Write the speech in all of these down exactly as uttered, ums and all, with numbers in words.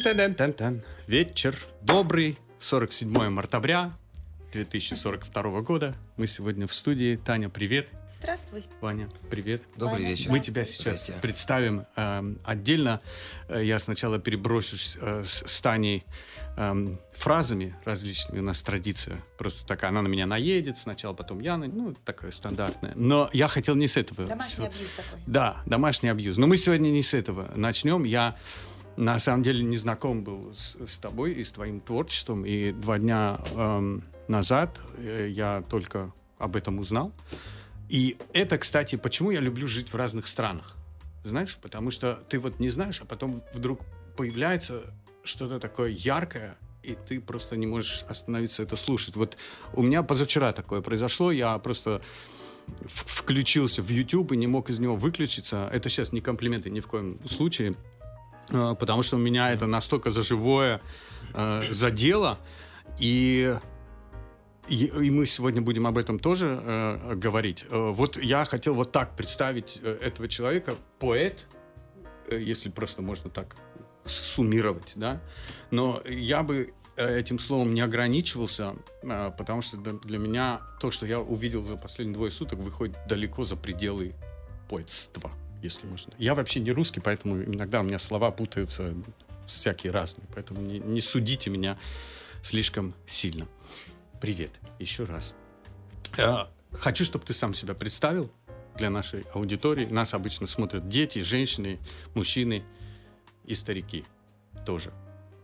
Тан-тан-тан-тан-тан. Вечер добрый, сорок седьмое мартовря две тысячи сорок второго года. Мы сегодня в студии. Таня, привет. Здравствуй. Ваня, привет. Добрый Ваня, вечер. Мы тебя сейчас Здрасте. представим э, отдельно. Э, Я сначала переброшусь э, с, с Таней э, фразами различными. У нас традиция просто такая. Она на меня наедет сначала, потом я. на- Ну, такая стандартная. Но я хотел не с этого. Домашний абьюз такой. Да, домашний абьюз. Но мы сегодня не с этого начнем. Я на самом деле не знаком был с, с тобой и с твоим творчеством. И два дня эм, назад э, я только об этом узнал. И это, кстати, почему я люблю жить в разных странах. Знаешь, потому что ты вот не знаешь, а потом вдруг появляется что-то такое яркое, и ты просто не можешь остановиться это слушать. Вот у меня позавчера такое произошло. Я просто в- включился в YouTube и не мог из него выключиться. Это сейчас не комплименты ни в коем случае, э, потому что у меня это настолько за живое э, задело. И, и, и мы сегодня будем об этом тоже э, говорить. Э, вот я хотел вот так представить э, этого человека. Поэт, э, если просто можно так суммировать, да. Но я бы э, этим словом не ограничивался, э, потому что для- для меня то, что я увидел за последние двое суток, выходит далеко за пределы поэтства, если можно. Я вообще не русский, поэтому иногда у меня слова путаются всякие разные. Поэтому не, не судите меня слишком сильно. Привет еще раз. Э, Хочу, чтобы ты сам себя представил для нашей аудитории. Нас обычно смотрят дети, женщины, мужчины и старики тоже.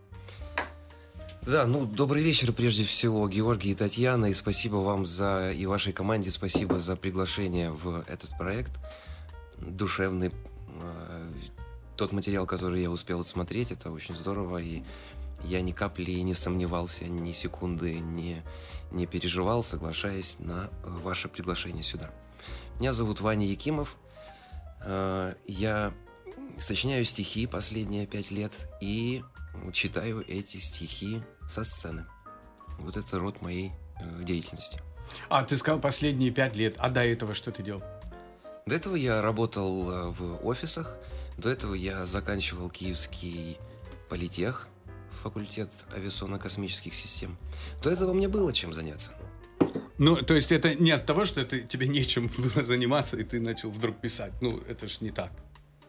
Да, ну, добрый вечер прежде всего, Георгий и Татьяна, и спасибо вам за, и вашей команде спасибо за приглашение в этот проект. Душевный. э, Тот материал, который я успел отсмотреть, это очень здорово, и я ни капли не сомневался, ни секунды не, не переживал, соглашаясь на ваше приглашение сюда. Меня зовут Ваня Якимов, э, я сочиняю стихи последние пять лет и читаю эти стихи со сцены. Вот это род моей э, деятельности. А, ты сказал последние пять лет. А до этого что ты делал? До этого я работал э, в офисах, до этого я заканчивал Киевский политех, факультет авиационно-космических систем. До этого мне было чем заняться. Ну, то есть это не от того, что это, тебе нечем было заниматься, и ты начал вдруг писать. Ну, это ж не так.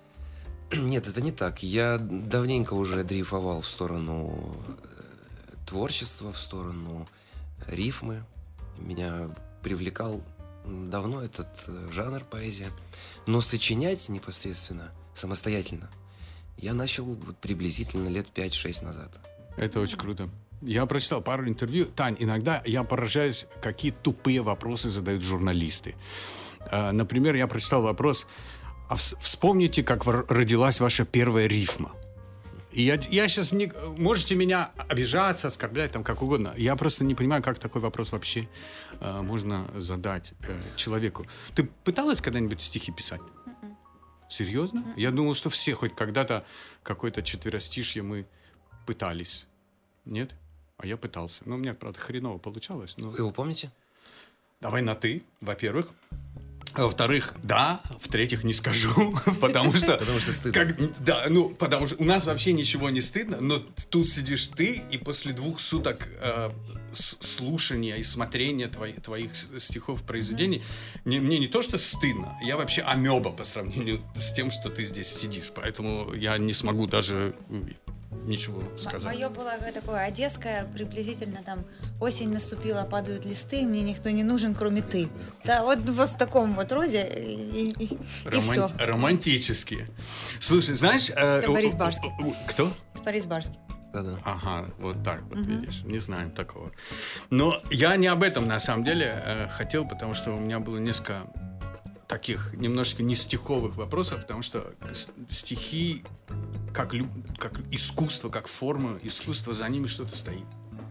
Нет, это не так. Я давненько уже дрейфовал в сторону э, творчества, в сторону рифмы. Меня привлекал давно этот э, жанр поэзия. Но сочинять непосредственно, самостоятельно, я начал вот приблизительно лет пять-шесть назад. Это очень круто. Я прочитал пару интервью. Тань, иногда я поражаюсь, какие тупые вопросы задают журналисты. Э, Например, я прочитал вопрос: а вс- вспомните, как в- родилась ваша первая рифма. И я, я сейчас не... Можете меня обижаться, оскорблять, там, как угодно. Я просто не понимаю, как такой вопрос вообще э, можно задать э, человеку. Ты пыталась когда-нибудь стихи писать? Серьезно? Я думал, что все хоть когда-то какое-то четверостишье мы пытались. Нет? А я пытался. Ну, у меня, правда, хреново получалось. Но... Вы его помните? Давай на «ты», во-первых. А Во-вторых, да. В-третьих, не скажу, потому что... Потому что стыдно. как- да, ну, потому что у нас вообще ничего не стыдно, но тут сидишь ты, и после двух суток э, с- слушания и смотрения твои- твоих с- стихов, произведений, не- мне не то что стыдно, я вообще амеба по сравнению с тем, что ты здесь сидишь. Поэтому я не смогу даже м, ничего сказать. Мое было такое одесское, приблизительно там осень наступила, падают листы, мне никто не нужен, кроме ты. Да, вот в, в таком вот роде и, и, и Роман- все. Романтические. Слушай, знаешь... э, Это Борис у- у- Барский. у- Кто? Борис Барский. Да-да. Ага, вот так вот, видишь, не знаем такого. Но я не об этом, на самом деле, э, хотел, потому что у меня было несколько таких немножечко не стиховых вопросов, потому что с- стихи, как, лю- как искусство, как форма искусства, за ними что-то стоит.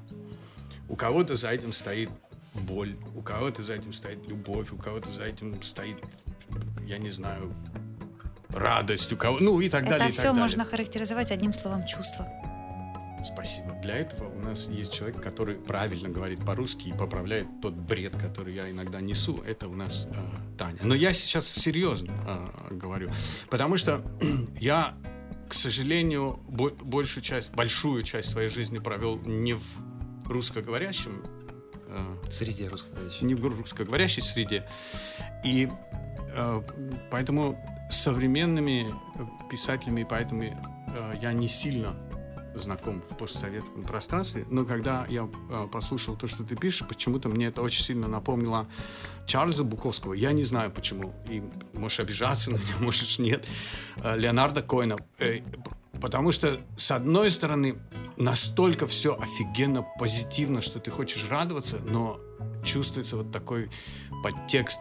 У кого-то за этим стоит боль, у кого-то за этим стоит любовь, у кого-то за этим стоит, я не знаю, радость, у кого, ну и так Это далее. и все так далее. можно характеризовать одним словом чувство. Спасибо. Для этого у нас есть человек, который правильно говорит по-русски и поправляет тот бред, который я иногда несу. Это у нас э, Таня. Но я сейчас серьезно э, говорю. Потому что я к сожалению, бо- большую часть, большую часть своей жизни провел не в русскоговорящем э, Среде русскоговорящей. не в русскоговорящей среде. И э, поэтому с современными писателями и поэтами э, я не сильно знаком в постсоветском пространстве, но когда я э, послушал то, что ты пишешь, почему-то мне это очень сильно напомнило Чарльза Буковского. Я не знаю почему. И можешь обижаться на меня, можешь нет. Э, Леонарда Коэна. Э, потому что, с одной стороны, настолько все офигенно позитивно, что ты хочешь радоваться, но чувствуется вот такой подтекст,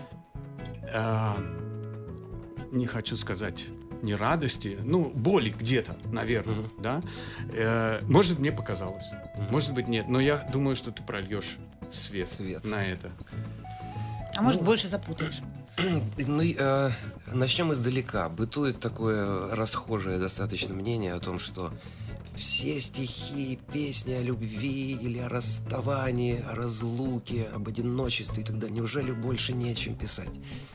э, не хочу сказать не радости, ну, боли где-то, наверное, Mm-hmm. да. Э, может, мне показалось, Mm-hmm. может быть, нет, но я думаю, что ты прольешь свет, Свет. на это. А может, Ну, больше запутаешь. Ну, и, э, начнем издалека. Бытует такое расхожее достаточно мнение о том, что все стихи, песни о любви или о расставании, о разлуке, об одиночестве и так далее, неужели больше не о чем писать?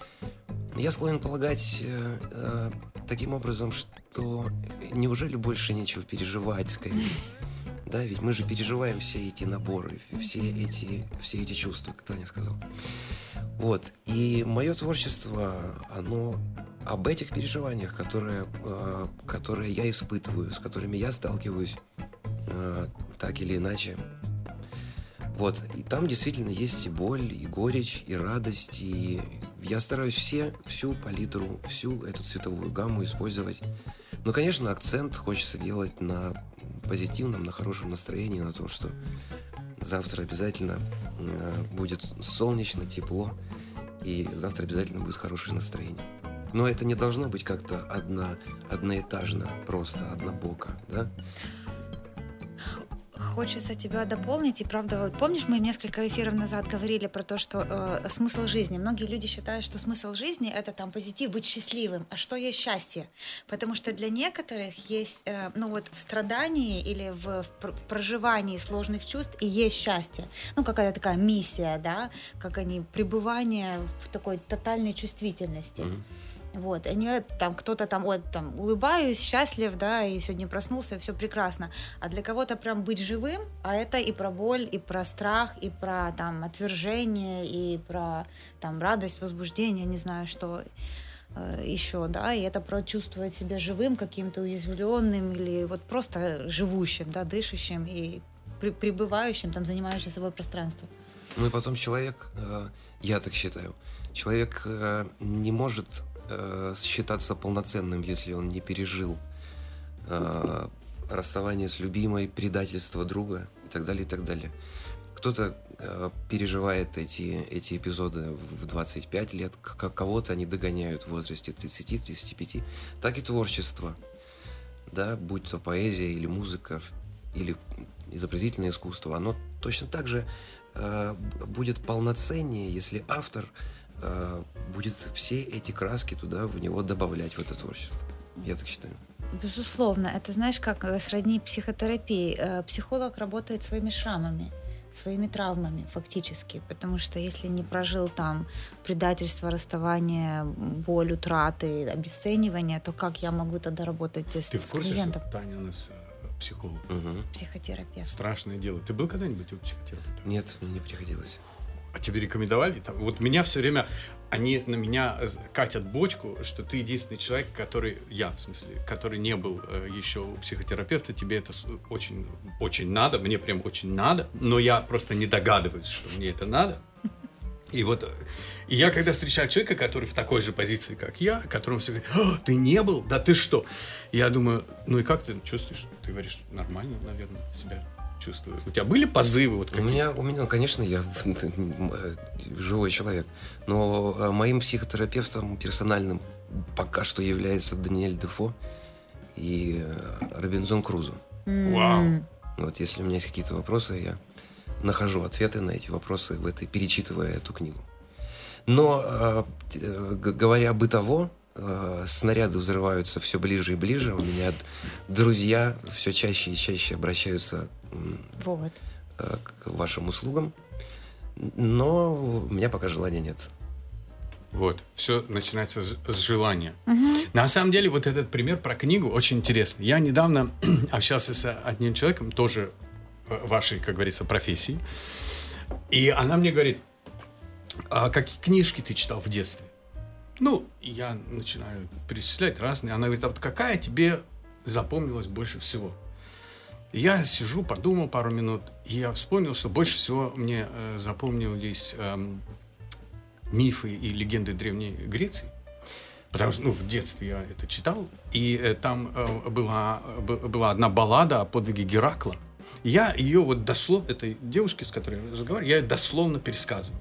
Я склонен полагать э, э, таким образом, что неужели больше нечего переживать, скорее? Да, ведь мы же переживаем все эти наборы, все эти, все эти чувства, как Таня сказал. Вот. И мое творчество, оно об этих переживаниях, которые, э, которые я испытываю, с которыми я сталкиваюсь, э, так или иначе. Вот. И там действительно есть и боль, и горечь, и радость, и я стараюсь все, всю палитру, всю эту цветовую гамму использовать. Но, конечно, акцент хочется делать на позитивном, на хорошем настроении, на том, что завтра обязательно э, будет солнечно, тепло, и завтра обязательно будет хорошее настроение. Но это не должно быть как-то одно, одноэтажно, просто однобоко, да? Хочется тебя дополнить. И правда, вот помнишь, мы несколько эфиров назад говорили про то, что э, смысл жизни. Многие люди считают, что смысл жизни — это там позитив, быть счастливым. А что есть счастье? Потому что для некоторых есть, э, ну вот в страдании или в, в, в проживании сложных чувств и есть счастье. Ну, какая-то такая миссия, да, как они, пребывание в такой тотальной чувствительности. Mm-hmm. Вот, они там, кто-то там, вот, там, улыбаюсь, счастлив, да, и сегодня проснулся, все прекрасно. А для кого-то прям быть живым, а это и про боль, и про страх, и про там отвержение, и про там радость, возбуждение, не знаю, что э, еще, да, и это про чувствовать себя живым, каким-то уязвленным или вот просто живущим, да, дышащим и при, пребывающим, там, занимающим собой пространство. Ну и потом человек, э, я так считаю, человек э, не может считаться полноценным, если он не пережил э, расставание с любимой, предательство друга и так далее, и так далее. Кто-то э, переживает эти, эти эпизоды в двадцать пять лет, к- кого-то они догоняют в возрасте тридцать-тридцать пять, так и творчество, да, будь то поэзия или музыка, или изобразительное искусство, оно точно так же э, будет полноценнее, если автор будет все эти краски туда, в него добавлять, в это творчество. Я так считаю. Безусловно. Это, знаешь, как сродни психотерапии. Психолог работает своими шрамами, своими травмами фактически. Потому что если не прожил там предательство, расставание, боль, утраты, обесценивание, то как я могу тогда работать с, Ты в курсе, с клиентом? что Таня у нас э, психолог? Угу. Психотерапевт. Страшное дело. Ты был когда-нибудь у психотерапевта? Нет, мне не приходилось. А тебе рекомендовали? Там, вот меня все время, они на меня катят бочку, что ты единственный человек, который, я в смысле, который не был э, еще у психотерапевта, тебе это очень, очень надо, мне прям очень надо, но я просто не догадываюсь, что мне это надо. И вот, и я когда встречаю человека, который в такой же позиции, как я, которому все говорят: «А, ты не был? Да ты что?» Я думаю, ну и как ты чувствуешь? Ты говоришь, нормально, наверное, себя чувствую. У тебя были позывы? Вот у меня, у меня, конечно, я живой человек, но моим психотерапевтом персональным пока что является Даниэль Дефо и Робинзон Крузо. Вау! Вот если у меня есть какие-то вопросы, я нахожу ответы на эти вопросы, в этой, перечитывая эту книгу. Но, говоря бытово, снаряды взрываются все ближе и ближе. У меня друзья все чаще и чаще обращаются вот. к вашим услугам. Но у меня пока желания нет. Вот, все начинается с, с желания. Мгм. На самом деле, вот этот пример про книгу очень интересный. Я недавно общался с одним человеком, тоже э, вашей, как говорится, профессии. И она мне говорит, а какие книжки ты читал в детстве? Ну, я начинаю перечислять разные. Она говорит, а вот какая тебе запомнилась больше всего? И я сижу, подумал пару минут, и я вспомнил, что больше всего мне э, запомнились эм, мифы и легенды Древней Греции. Потому что, ну, в детстве я это читал, и э, там э, была, б- была одна баллада о подвиге Геракла. Я ее вот дословно, этой девушке, с которой я разговариваю, я ее дословно пересказываю.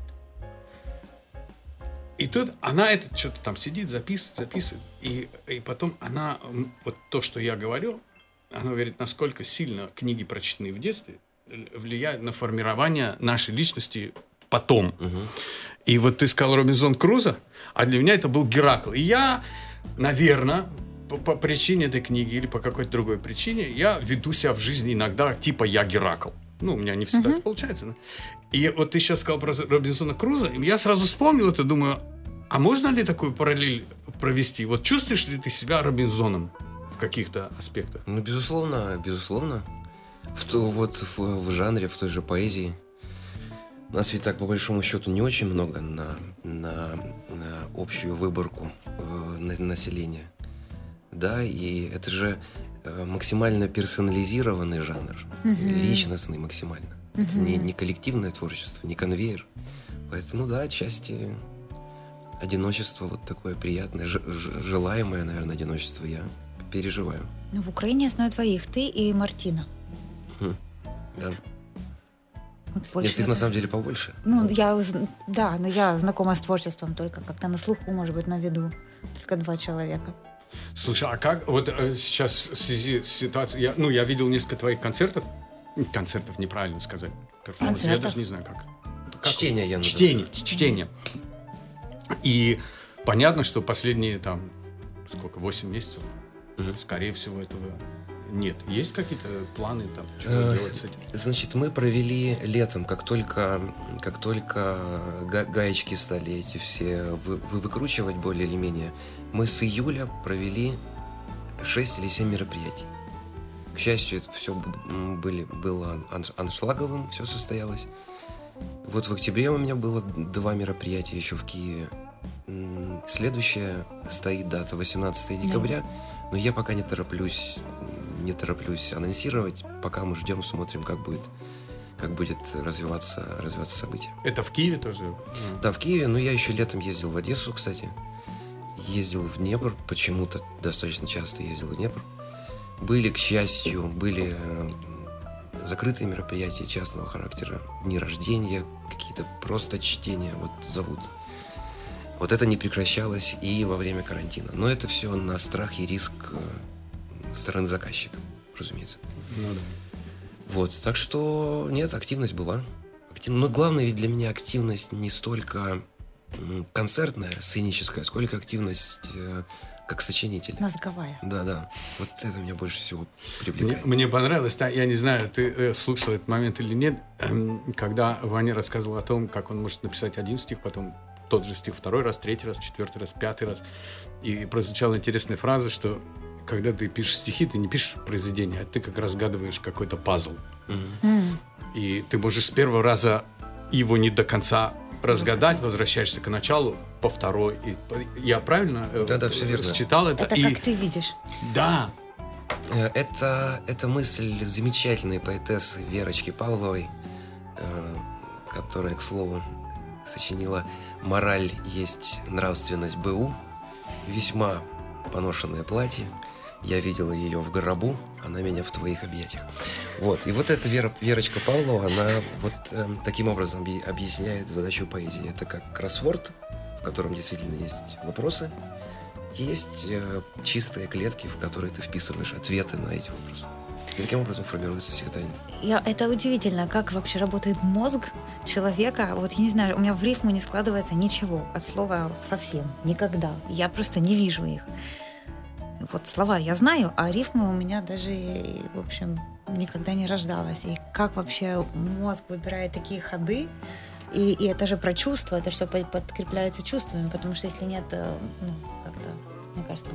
И тут она это что-то там сидит, записывает, записывает. И, и потом она, м, вот то, что я говорю, она говорит, насколько сильно книги, прочитанные в детстве, э, влияют на формирование нашей личности потом. И вот ты сказал Робинзон Крузо, а для меня это был Геракл. И я, наверное, по, по причине этой книги или по какой-то другой причине, я веду себя в жизни иногда типа я Геракл. Ну, у меня не всегда это получается. Но... И вот ты сейчас сказал про Робинзона Крузо, и я сразу вспомнил это, думаю, а можно ли такую параллель провести? Вот чувствуешь ли ты себя Робинзоном в каких-то аспектах? Ну, безусловно, безусловно. В, то, вот, в, в жанре, в той же поэзии. Нас ведь так, по большому счету, не очень много на, на, на общую выборку э, на, населения. Да, и это же э, максимально персонализированный жанр, Мгм. личностный максимально. Это Мгм. не, не коллективное творчество, не конвейер. Поэтому, да, отчасти одиночество вот такое приятное, ж- ж- желаемое, наверное, одиночество я переживаю. Ну, в Украине я знаю двоих, ты и Мартина. Мгм. Да. Вот больше Нет, их я- на самом деле побольше. Ну, я, уз- да, но я знакома с творчеством только как-то на слуху, может быть, на виду. Только два человека. Слушай, а как вот э, сейчас в связи с ситуацией... Я, ну, я видел несколько твоих концертов. Концертов неправильно сказать. Перформанс, я Концертов. даже не знаю, как. Как? Чтение я называю. Чтение, чтение. И понятно, что последние там, сколько, восемь месяцев, Мгм. скорее всего, этого нет. Есть какие-то планы там, что Э, делать с этим? Значит, мы провели летом, как только, как только га- гаечки стали эти все вы, вы- выкручивать более или менее, мы с июля провели шесть или семь мероприятий. К счастью, это все были, было анш- аншлаговым, все состоялось. Вот в октябре у меня было два мероприятия еще в Киеве. М, Следующая стоит дата восемнадцатого декабря, но я пока не тороплюсь, не тороплюсь анонсировать, пока мы ждем, смотрим, как будет, как будет развиваться, развиваться событие. Это в Киеве тоже? Ну, Да, в Киеве, но я еще летом ездил в Одессу, кстати. Ездил в Днепр, почему-то достаточно часто ездил в Днепр. Были, к счастью, были э, закрытые мероприятия частного характера, дни рождения, какие-то просто чтения, вот зовут. Вот это не прекращалось и во время карантина. Но это все на страх и риск э, со стороны заказчика, разумеется. Ну да. Вот, так что нет, активность была. Актив- Но главное ведь для меня активность не столько м, концертная, сценическая, сколько активность э, как сочинителя. Мозговая. Да, да. Вот это меня больше всего Мне, привлекает. мне понравилось, да, я не знаю, ты э, слушал этот момент или нет, эм, когда Ваня рассказывал о том, как он может написать один стих, потом тот же стих второй раз, третий раз, четвертый раз, пятый раз. И прозвучала интересная фраза, что когда ты пишешь стихи, ты не пишешь произведение, а ты как разгадываешь какой-то пазл. Мгм. М. И ты можешь с первого раза его не до конца разгадать, возвращаешься к началу, по второй. И по- я правильно э, Да-да, всё верно. считал это? Это И- как ты видишь. Да, Э, Это, это мысль замечательной поэтессы Верочки Павловой, э, которая, к слову, сочинила «Мораль есть нравственность БУ». Весьма поношенное платье. Я видела ее в гробу, она меня в твоих объятиях. Вот. И вот эта Вера, Верочка Павлова, она вот э, таким образом объ- объясняет задачу поэзии. Это как кроссворд, в котором действительно есть вопросы. Есть э, чистые клетки, в которые ты вписываешь ответы на эти вопросы. И таким образом формируется стихотворение. Я, это удивительно, как вообще работает мозг человека. Вот я не знаю, у меня в рифму не складывается ничего от слова совсем, никогда. Я просто не вижу их. Вот слова я знаю, а рифмы у меня даже, в общем, никогда не рождалась. И как вообще мозг выбирает такие ходы, И, и это же про чувства, это все подкрепляется чувствами, потому что если нет, ну, как-то, мне кажется,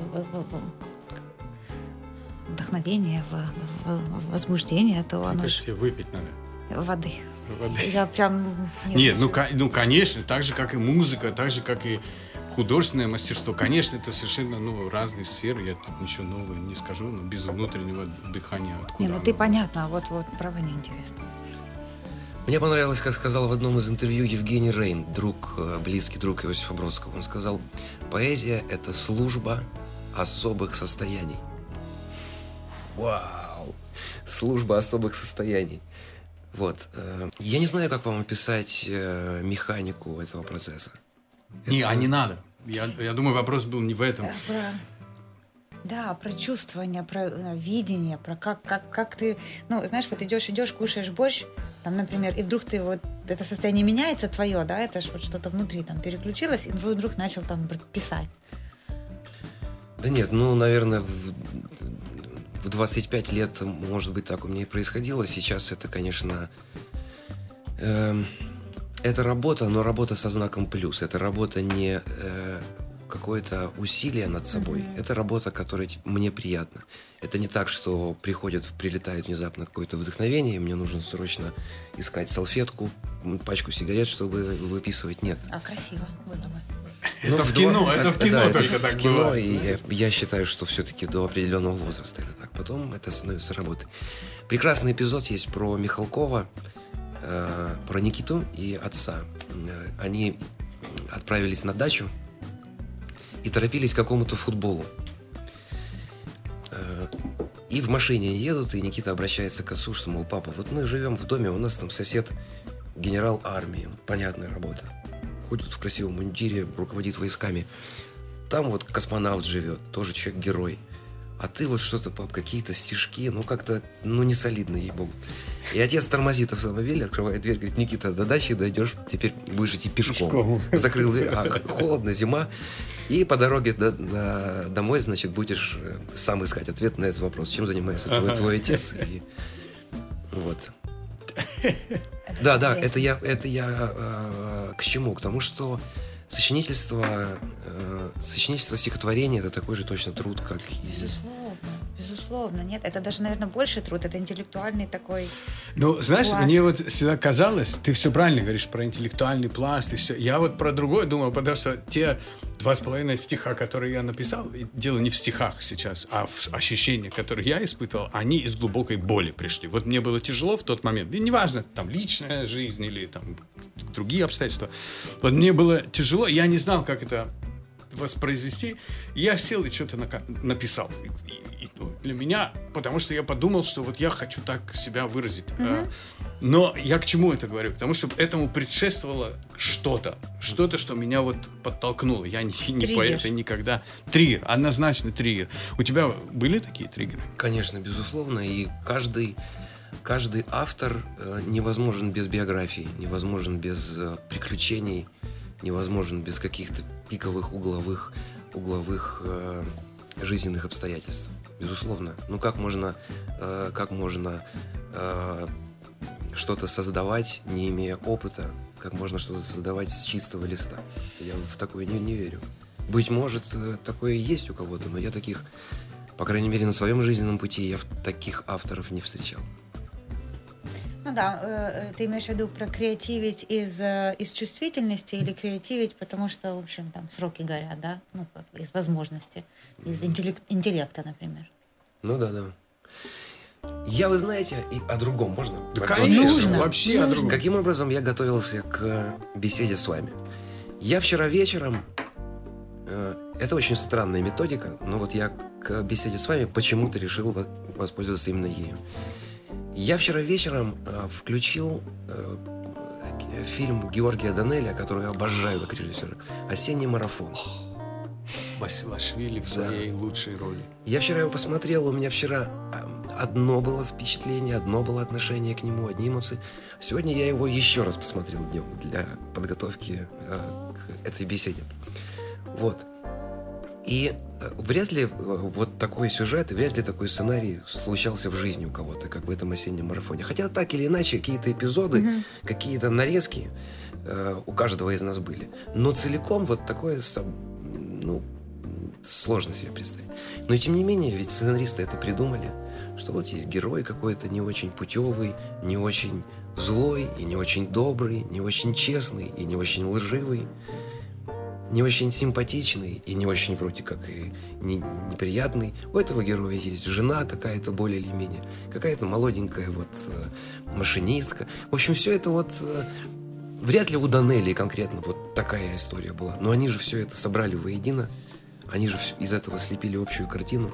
вдохновения, возбуждения, то Мне оно кажется, ж... тебе выпить надо. Воды. Воды. Я прям... Нет, Нет ну, ко- ну, конечно, так же, как и музыка, так же, как и художественное мастерство. Конечно, это совершенно ну, разные сферы, я тут ничего нового не скажу, но без внутреннего дыхания откуда. Не, ну ты понятно, вот, вот, право неинтересно. Мне понравилось, как сказал в одном из интервью Евгений Рейн, друг, близкий друг Иосифа Бродского. Он сказал, поэзия – это служба особых состояний. Вау! Служба особых состояний. Вот. Я не знаю, как вам описать механику этого процесса. Не, это... а не надо. Я, я думаю, вопрос был не в этом. Про... Да, про чувствование, про видение, про как, как, как ты... Ну, знаешь, вот идешь, идешь, кушаешь борщ, там, например, и вдруг ты вот... Это состояние меняется твое, да, это же вот что-то внутри там переключилось, и вдруг начал там писать. Да нет, ну, наверное, в, в двадцать пять лет, может быть, так у меня и происходило. Сейчас это, конечно... Э, это работа, но работа со знаком плюс. Это работа не... Э, какое-то усилие над собой. Mm-hmm. Это работа, которая мне приятна. Это не так, что приходит, прилетает внезапно какое-то вдохновение, и мне нужно срочно искать салфетку, пачку сигарет, чтобы выписывать. Нет. А красиво было бы. Это ну, в кино, два... это в кино да, только это так в кино, бывает. И я, я считаю, что все-таки до определенного возраста это так. Потом это становится работой. Прекрасный эпизод есть про Михалкова, э, про Никиту и отца. Они отправились на дачу и торопились к какому-то футболу. И в машине едут, и Никита обращается к отцу, что, мол, папа, вот мы живем в доме, у нас там сосед генерал армии, понятная работа. Ходит в красивом мундире, руководит войсками. Там вот космонавт живет, тоже человек-герой. А ты вот что-то, пап, какие-то стишки, ну как-то, ну не солидно, ей-богу. И отец тормозит автомобиль, открывает дверь, говорит, Никита, до дачи дойдешь, теперь будешь идти пешком. пешком. Закрыл дверь, а холодно, зима. И по дороге до, на, домой, значит, будешь сам искать ответ на этот вопрос. Чем занимается твой, ага. твой отец? И, вот. Да, да, это я, это я э, к чему? К тому, что сочинительство, э, сочинительство стихотворения – это такой же точно труд, как и... Безусловно, безусловно. Нет, это даже, наверное, больше труд, это интеллектуальный такой... Ну, знаешь, пласт. Мне вот всегда казалось, ты все правильно говоришь про интеллектуальный пласт и все. Я вот про другое думаю, потому что те два с половиной стиха, которые я написал, дело не в стихах сейчас, а в ощущениях, которые я испытывал, они из глубокой боли пришли. Вот мне было тяжело в тот момент, и неважно, там, личная жизнь или там другие обстоятельства. Вот мне было тяжело, я не знал, как это воспроизвести. Я сел и что-то на- написал. И, и, и для меня, потому что я подумал, что вот я хочу так себя выразить. Mm-hmm. Но я к чему это говорю? Потому что этому предшествовало что-то. Что-то, что меня вот подтолкнуло. Я не, не поэт, и никогда... Триггер, однозначно триггер. У тебя были такие триггеры? Конечно, безусловно. И каждый... Каждый автор э, невозможен без биографии, невозможен без э, приключений, невозможен без каких-то пиковых угловых, угловых э, жизненных обстоятельств. Безусловно. Ну как можно, э, как можно э, что-то создавать, не имея опыта? Как можно что-то создавать с чистого листа? Я в такое не, не верю. Быть может, такое есть у кого-то, но я таких, по крайней мере, на своем жизненном пути я таких авторов не встречал. Ну да, ты имеешь в виду про креативить из, из чувствительности или креативить, потому что, в общем, там сроки горят, да? Ну, как из возможности, из интеллект, интеллекта, например. Ну да, да. Я, вы знаете, и о другом можно? Да, конечно, нужно, вообще нужно. о другом. Каким образом я готовился к беседе с вами? Я вчера вечером... Это очень странная методика, но вот я к беседе с вами почему-то решил воспользоваться именно ею. Я вчера вечером э, включил э, фильм Георгия Данелия, который я обожаю как режиссера, «Осенний марафон». Басилашвили в своей да. лучшей роли. Я вчера его посмотрел, у меня вчера одно было впечатление, одно было отношение к нему, одни эмоции. Сегодня я его еще раз посмотрел днем для подготовки э, к этой беседе. Вот. И вряд ли вот такой сюжет, вряд ли такой сценарий случался в жизни у кого-то, как в этом осеннем марафоне. Хотя так или иначе какие-то эпизоды, mm-hmm. какие-то нарезки э, у каждого из нас были. Но целиком вот такое, ну, сложно себе представить. Но тем не менее, ведь сценаристы это придумали, что вот есть герой какой-то не очень путевый, не очень злой и не очень добрый, не очень честный и не очень лживый, не очень симпатичный и не очень вроде как и не, неприятный. У этого героя есть жена какая-то более или менее, какая-то молоденькая вот э, машинистка. В общем, все это вот э, вряд ли у Данелли конкретно вот такая история была. Но они же все это собрали воедино, они же из этого слепили общую картину,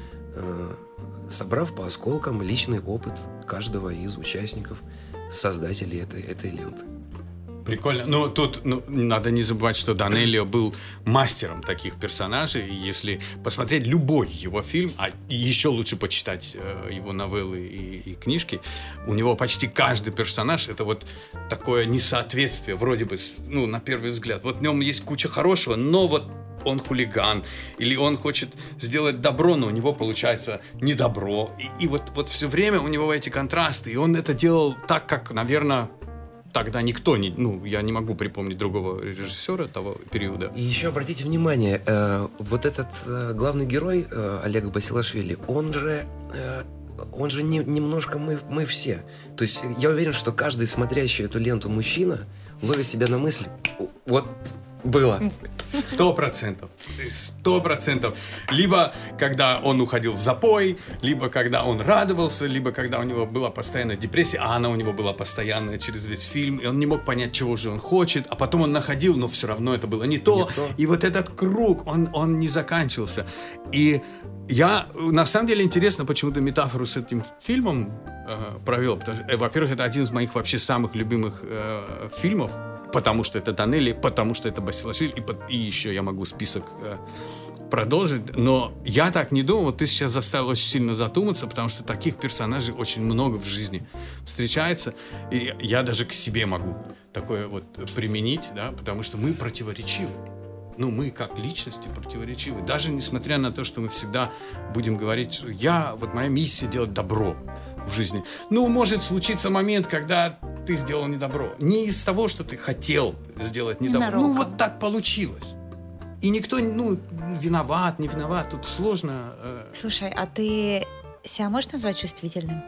э, собрав по осколкам личный опыт каждого из участников, создателей этой, этой ленты. Прикольно. Но тут ну, надо не забывать, что Данеллио был мастером таких персонажей. И если посмотреть любой его фильм, а еще лучше почитать э, его новеллы и, и книжки, у него почти каждый персонаж — это вот такое несоответствие, вроде бы, ну, на первый взгляд. Вот в нем есть куча хорошего, но вот он хулиган, или он хочет сделать добро, но у него получается не добро. И, и вот, вот все время у него эти контрасты. И он это делал так, как, наверное... Тогда никто не... Ну, я не могу припомнить другого режиссера того периода. И еще обратите внимание, э, вот этот э, главный герой э, Олег Басилашвили, он же... Э, он же не, немножко мы, мы все. То есть я уверен, что каждый смотрящий эту ленту мужчина ловит себя на мысли... Вот было. Сто процентов. Сто процентов. Либо когда он уходил в запой, либо когда он радовался, либо когда у него была постоянная депрессия, а она у него была постоянная через весь фильм, и он не мог понять, чего же он хочет, а потом он находил, но все равно это было не то. Не то. И вот этот круг, он, он не заканчивался. И я, на самом деле, интересно, почему-то метафору с этим фильмом э, провел. Потому что, э, во-первых, это один из моих вообще самых любимых э, фильмов, потому что это Данелли, потому что это Басилашвили, и, и еще я могу список э, продолжить. Но я так не думал. Вот ты сейчас заставил очень сильно задуматься, потому что таких персонажей очень много в жизни встречается. И я даже к себе могу такое вот применить, да, потому что мы противоречивы. Ну, мы как личности противоречивы. Даже несмотря на то, что мы всегда будем говорить, что я, вот моя миссия делать добро в жизни. Ну, может случиться момент, когда ты сделал недобро. Не из того, что ты хотел сделать недобро. Ненароком. Ну, вот так получилось. И никто, ну, виноват, не виноват. Тут сложно. Э... Слушай, а ты себя можешь назвать чувствительным?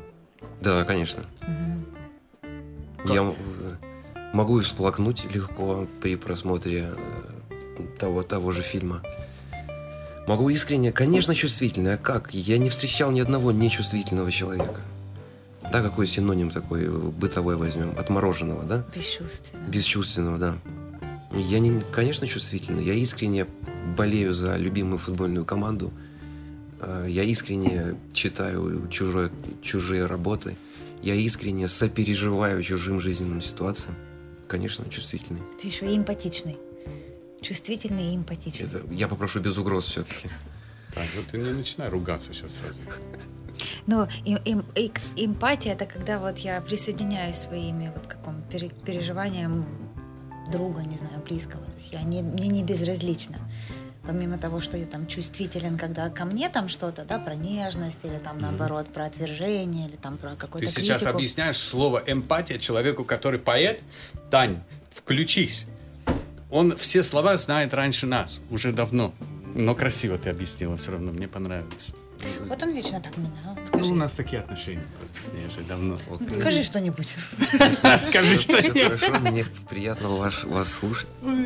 Да, конечно. Угу. Я могу и всплакнуть легко при просмотре того, того же фильма. Могу искренне, конечно, чувствительный. А как? Я не встречал ни одного нечувствительного человека. Да, какой синоним такой бытовой возьмем? Отмороженного, да? Бесчувственного. Бесчувственного, да. Я, не, конечно, чувствительный. Я искренне болею за любимую футбольную команду. Я искренне читаю чужое, чужие работы. Я искренне сопереживаю чужим жизненным ситуациям. Конечно, чувствительный. Ты еще и эмпатичный. Чувствительный и эмпатичный. Это, я попрошу без угроз все-таки. Так, ну ты не начинай ругаться сейчас сразу. Ну, эм, эм, э, эмпатия — это когда вот я присоединяюсь своими вот каком пере, переживаниям друга, не знаю, близкого. То есть я не, мне не безразлично. Помимо того, что я там чувствителен, когда ко мне там что-то, да, про нежность или там наоборот про отвержение или там про какую-то Ты критику. сейчас объясняешь слово эмпатия человеку, который поэт. Тань, включись. Он все слова знает раньше нас, уже давно. Но красиво ты объяснила все равно, мне понравилось. Вот он вечно так меня. Вот ну, у нас такие отношения просто с ней уже давно. Вот. Ну, скажи что-нибудь. Скажи что-нибудь. Хорошо, мне приятно вас слушать.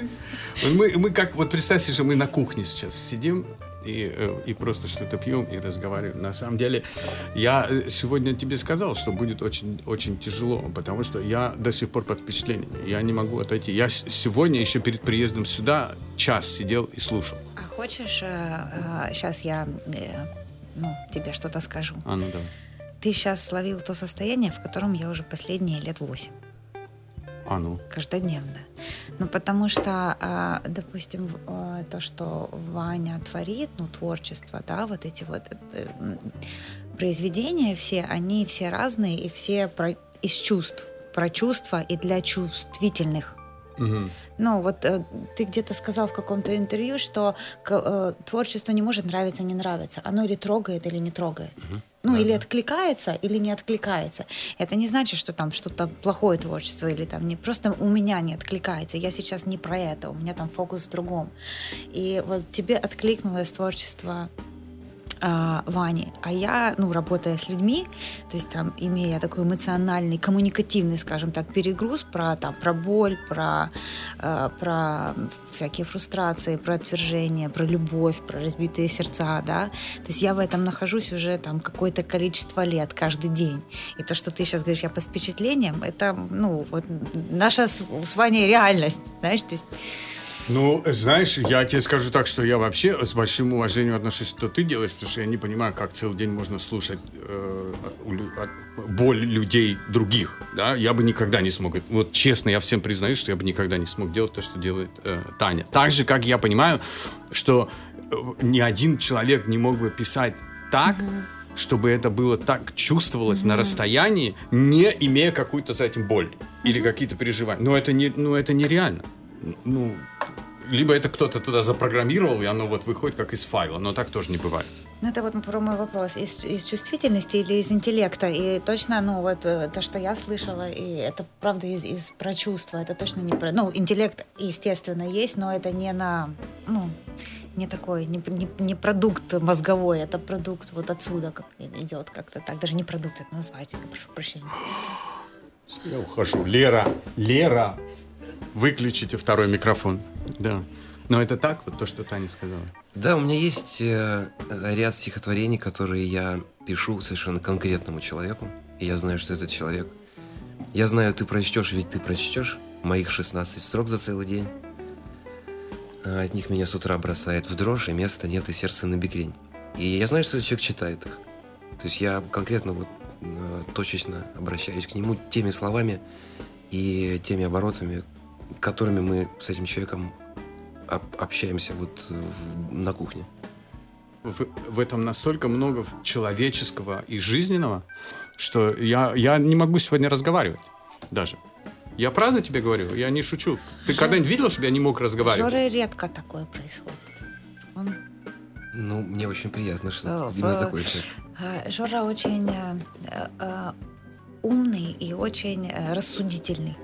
Мы как, вот представьте, что мы на кухне сейчас сидим и, и просто что-то пьем и разговариваем. На самом деле, я сегодня тебе сказал, что будет очень, очень тяжело, потому что я до сих пор под впечатлением. Я не могу отойти. Я сегодня еще перед приездом сюда час сидел и слушал. А хочешь, сейчас я ну, тебе что-то скажу? А, ну давай. Ты сейчас словил то состояние, в котором я уже последние лет восемь. А ну. Каждодневно. Ну, потому что, допустим, то, что Ваня творит, ну, творчество, да, вот эти вот произведения все, они все разные и все про, из чувств, про чувства и для чувствительных Угу. Ну, вот э, ты где-то сказал в каком-то интервью, что к, э, творчество не может нравиться, не нравиться. Оно или трогает, или не трогает. Угу. Ну, Да, или да. откликается, или не откликается. Это не значит, что там что-то плохое творчество, или там не просто у меня не откликается. Я сейчас не про это, у меня там фокус в другом. И вот тебе откликнулось творчество а, Вани, а я, ну, работая с людьми, то есть там, имея такой эмоциональный, коммуникативный, скажем так, перегруз про, там, про боль, про, э, про всякие фрустрации, про отвержение, про любовь, про разбитые сердца, да, то есть я в этом нахожусь уже там какое-то количество лет, каждый день. И то, что ты сейчас говоришь, я под впечатлением, это, ну, вот наша с, с Ваней реальность, знаешь, то есть... Ну, знаешь, я тебе скажу так, что я вообще с большим уважением отношусь, что ты делаешь, потому что я не понимаю, как целый день можно слушать э, боль людей других, да, я бы никогда не смог. Вот честно, я всем признаюсь, что я бы никогда не смог делать то, что делает э, Таня. Так же, как я понимаю, что ни один человек не мог бы писать так, mm-hmm. чтобы это было так, чувствовалось mm-hmm. на расстоянии, не имея какую-то за этим боль mm-hmm. или какие-то переживания. Но это, не, ну, это нереально. Ну, либо это кто-то туда запрограммировал, и оно вот выходит как из файла, но так тоже не бывает. Ну, это вот про мой вопрос. Из, из чувствительности или из интеллекта? И точно, ну, вот то, что я слышала, и это правда из, из про чувства, это точно не про... Ну, интеллект, естественно, есть, но это не на... Ну, не такой, не, не, не продукт мозговой, это продукт вот отсюда как идет как-то так. Даже не продукт это назвать, я прошу прощения. Я ухожу. Лера, Лера! Выключите второй микрофон. Да. Но это так, вот то, что Таня сказала. Да, у меня есть э, ряд стихотворений, которые я пишу совершенно конкретному человеку. И я знаю, что этот человек. Я знаю, ты прочтешь, ведь ты прочтешь моих шестнадцать строк за целый день. А от них меня с утра бросает в дрожь, и места нет, и сердце набекрень. И я знаю, что этот человек читает их. То есть я конкретно вот э, точечно обращаюсь к нему теми словами и теми оборотами, которыми мы с этим человеком об- общаемся вот в, на кухне. В, в этом настолько много человеческого и жизненного, что я, я не могу сегодня разговаривать даже. Я правда тебе говорю, я не шучу. Ты Жор... когда-нибудь видел, чтобы я не мог разговаривать? Жора редко такое происходит. Он... Ну, мне очень приятно, что в... именно такой человек. Жора очень э, э, умный и очень э, рассудительный.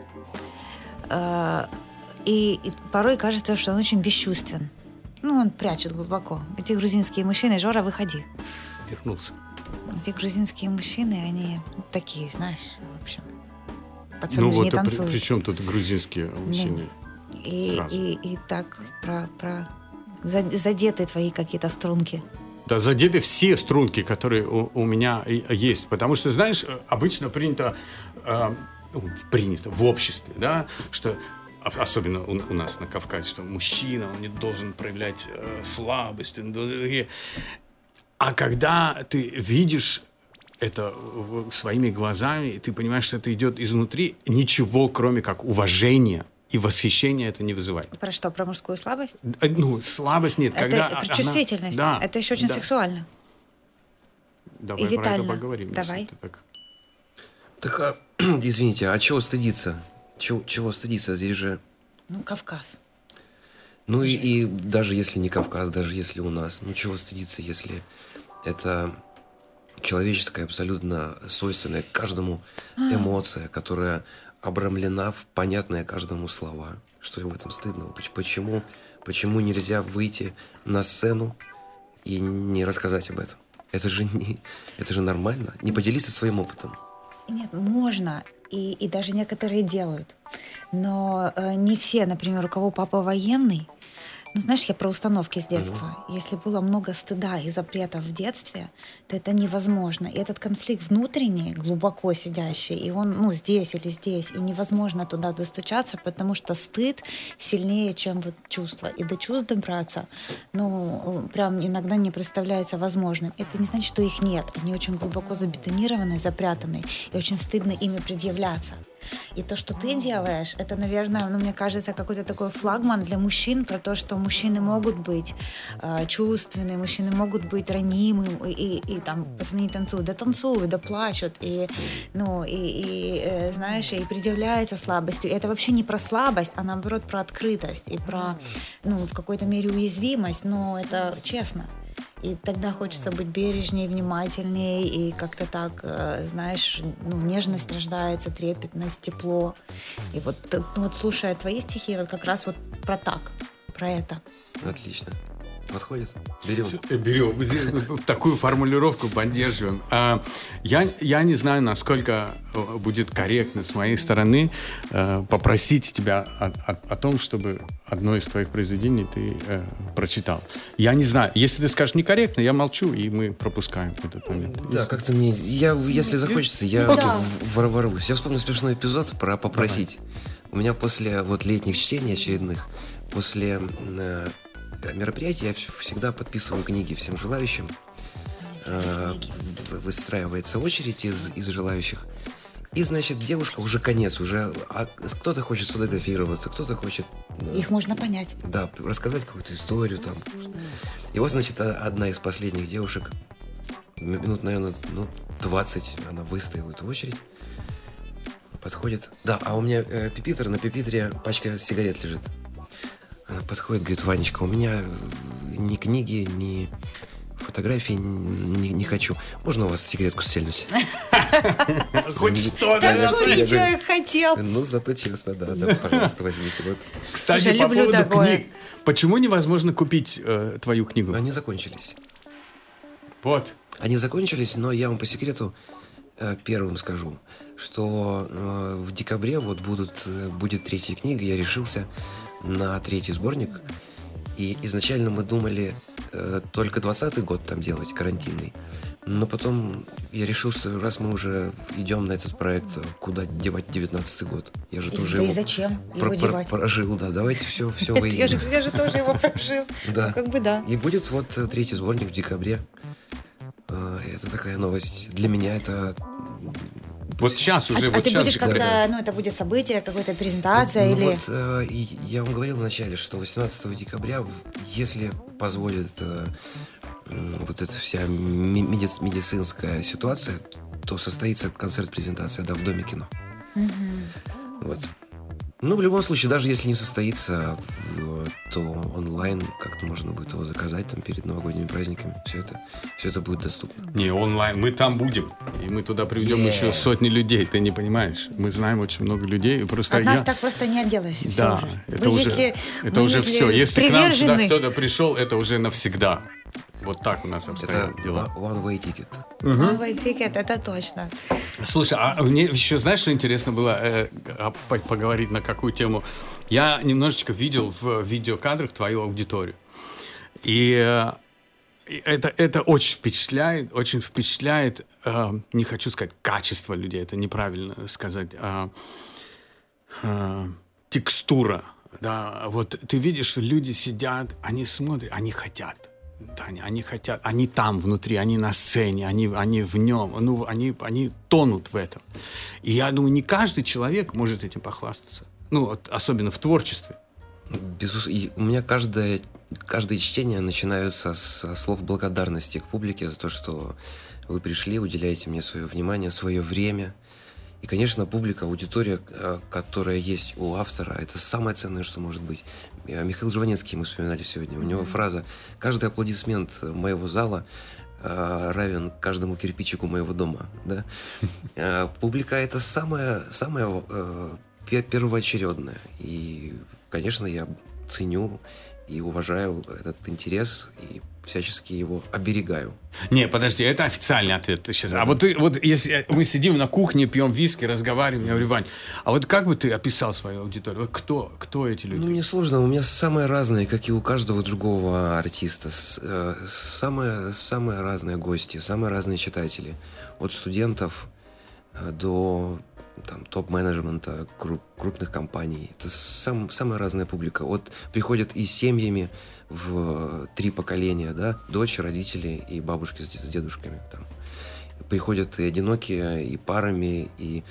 И, и порой кажется, что он очень бесчувствен. Ну, он прячет глубоко. Эти грузинские мужчины, Жора, выходи. Вернулся. Эти грузинские мужчины, они такие, знаешь, в общем, пацаны ну, же вот не танцуют. При, при чем тут грузинские мужчины? Ну, и, и, и так про, про задеты твои какие-то струнки. Да, задеты все струнки, которые у, у меня есть. Потому что, знаешь, обычно принято... Э, принято в обществе, да, что особенно у, у нас на Кавказе, что мужчина, он не должен проявлять э, слабость. Должен... А когда ты видишь это своими глазами, и ты понимаешь, что это идет изнутри, ничего, кроме как уважения и восхищения, это не вызывает. Про что? Про мужскую слабость? Ну, слабость нет. Это когда про чувствительность. Она... Да, это еще очень да. сексуально. Давай и про витально. это поговорим. Давай. Так... так, а, извините, а чего стыдиться? Чего, чего стыдиться? Здесь же... Ну, Кавказ. Ну и, и даже если не Кавказ, даже если у нас, ну чего стыдиться, если это человеческая, абсолютно свойственная каждому эмоция, которая обрамлена в понятные каждому слова. Что в этом стыдного? Почему, почему нельзя выйти на сцену и не рассказать об этом? Это же, не, это же нормально. Не поделиться своим опытом. Нет, можно. И, и даже некоторые делают. Но э, не все, например, у кого папа военный. Ну, знаешь, я про установки с детства. Mm-hmm. Если было много стыда и запретов в детстве, то это невозможно. И этот конфликт внутренний, глубоко сидящий, и он, ну, здесь или здесь, и невозможно туда достучаться, потому что стыд сильнее, чем вот чувства. И до чувств добраться, ну, прям иногда не представляется возможным. Это не значит, что их нет. Они очень глубоко забетонированы, запрятаны, и очень стыдно ими предъявляться. И то, что ты делаешь, это, наверное, ну, мне кажется, какой-то такой флагман для мужчин про то, что мужчины могут быть э, чувственные, мужчины могут быть ранимым, и, и, и там пацаны не танцуют, да танцуют, да плачут, и, ну, и, и э, знаешь, и предъявляются слабостью. И это вообще не про слабость, а наоборот про открытость и про, ну, в какой-то мере уязвимость, но это честно. И тогда хочется быть бережнее, внимательнее, и как-то так, знаешь, ну, нежность рождается, трепетность, тепло. И вот, ну, вот слушая твои стихи, вот как раз вот про так, про это. Отлично. Подходит? Берем. Берем. Такую формулировку поддерживаем. Я, я не знаю, насколько будет корректно с моей стороны попросить тебя о, о, о том, чтобы одно из твоих произведений ты э, прочитал. Я не знаю. Если ты скажешь некорректно, я молчу, и мы пропускаем этот момент. Да, если... как-то мне... Я, если захочется, я да. ворвусь. Я вспомнил смешной эпизод про попросить. Давай. У меня после вот летних чтений очередных, после... Э, мероприятия я всегда подписываю книги всем желающим. Э, выстраивается очередь из, из желающих. И, значит, девушка уже конец, уже а кто-то хочет сфотографироваться, кто-то хочет... Их можно понять. Да, рассказать какую-то историю там. И вот, значит, одна из последних девушек, минут, наверное, ну, двадцать, она выстояла эту очередь. Подходит. Да, а у меня э, пипитер, на пипитере пачка сигарет лежит. Она подходит, говорит: Ванечка, у меня ни книги, ни фотографии не, не хочу. Можно у вас сигаретку стрельнуть? Хоть что-то. Такой человек хотел. Ну, зато честно, да, да, пожалуйста, возьмите. Вот. Кстати, по поводу книг. Почему невозможно купить э, твою книгу? Они закончились. Вот. Они закончились, но я вам по секрету э, первым скажу, что э, в декабре вот будут, э, будет третья книга. Я решился на третий сборник. И изначально мы думали э, только двадцатый год там делать, карантинный. Но потом я решил, что раз мы уже идем на этот проект, куда девать девятнадцатый год? Я же и, тоже да его, и зачем про- его девать? Про- прожил, да. Давайте все, все выявим. Я же, я же тоже его прожил. Да. Ну, как бы да. И будет вот третий сборник в декабре. Это такая новость. Для меня это... Вот сейчас уже, а, вот а ты сейчас будешь как-то, да. ну, это будет событие, какая-то презентация ну, или... Вот, э, я вам говорил вначале, что восемнадцатого декабря, если позволит э, э, вот эта вся меди- медицинская ситуация, то состоится концерт-презентация, да, в Доме кино. Угу. Вот. Ну, в любом случае, даже если не состоится, то онлайн как-то можно будет его заказать там перед новогодними праздниками. Все это, все это будет доступно. Не, онлайн. Мы там будем. И мы туда приведем yeah. еще сотни людей. Ты не понимаешь. Мы знаем очень много людей. Просто От нас я... так просто не отделаешься. Да, уже. это Вы уже, если, это уже если все. Если привержены... к нам сюда кто-то пришел, это уже навсегда. Вот так у нас обстоят это дела. One-way ticket. One-way ticket, это точно. Слушай, а мне еще, знаешь, что интересно было э, поговорить на какую тему? Я немножечко видел в видеокадрах твою аудиторию. И э, это, это очень впечатляет, очень впечатляет, э, не хочу сказать качество людей, это неправильно сказать, э, э, текстура. Да, вот ты видишь, что люди сидят, они смотрят, они хотят. Да, они, они хотят, они там внутри, они на сцене, они, они в нем, ну, они, они тонут в этом. И я думаю, не каждый человек может этим похвастаться. Ну, вот, особенно в творчестве. Безус... И у меня каждое, каждое чтение начинается с слов благодарности к публике за то, что вы пришли, уделяете мне свое внимание, свое время. И, конечно, публика, аудитория, которая есть у автора, это самое ценное, что может быть. Михаил Жванецкий мы вспоминали сегодня. У него фраза: «Каждый аплодисмент моего зала равен каждому кирпичику моего дома». Да? Публика — это самое, самое первоочередное. И, конечно, я ценю и уважаю этот интерес и всячески его оберегаю. Не, подожди, это официальный ответ ты сейчас. Да. А вот, ты, вот если мы сидим на кухне, пьем виски, разговариваем, я говорю: Вань, а вот как бы ты описал свою аудиторию? Кто, кто эти люди? Ну, мне сложно, у меня самые разные, как и у каждого другого артиста. Самые, самые разные гости, самые разные читатели. От студентов до там, топ-менеджмента круп, крупных компаний. Это сам, самая разная публика. Вот приходят и с семьями в три поколения, да, дочь, родители и бабушки с, с дедушками. Там. Приходят и одинокие, и парами, и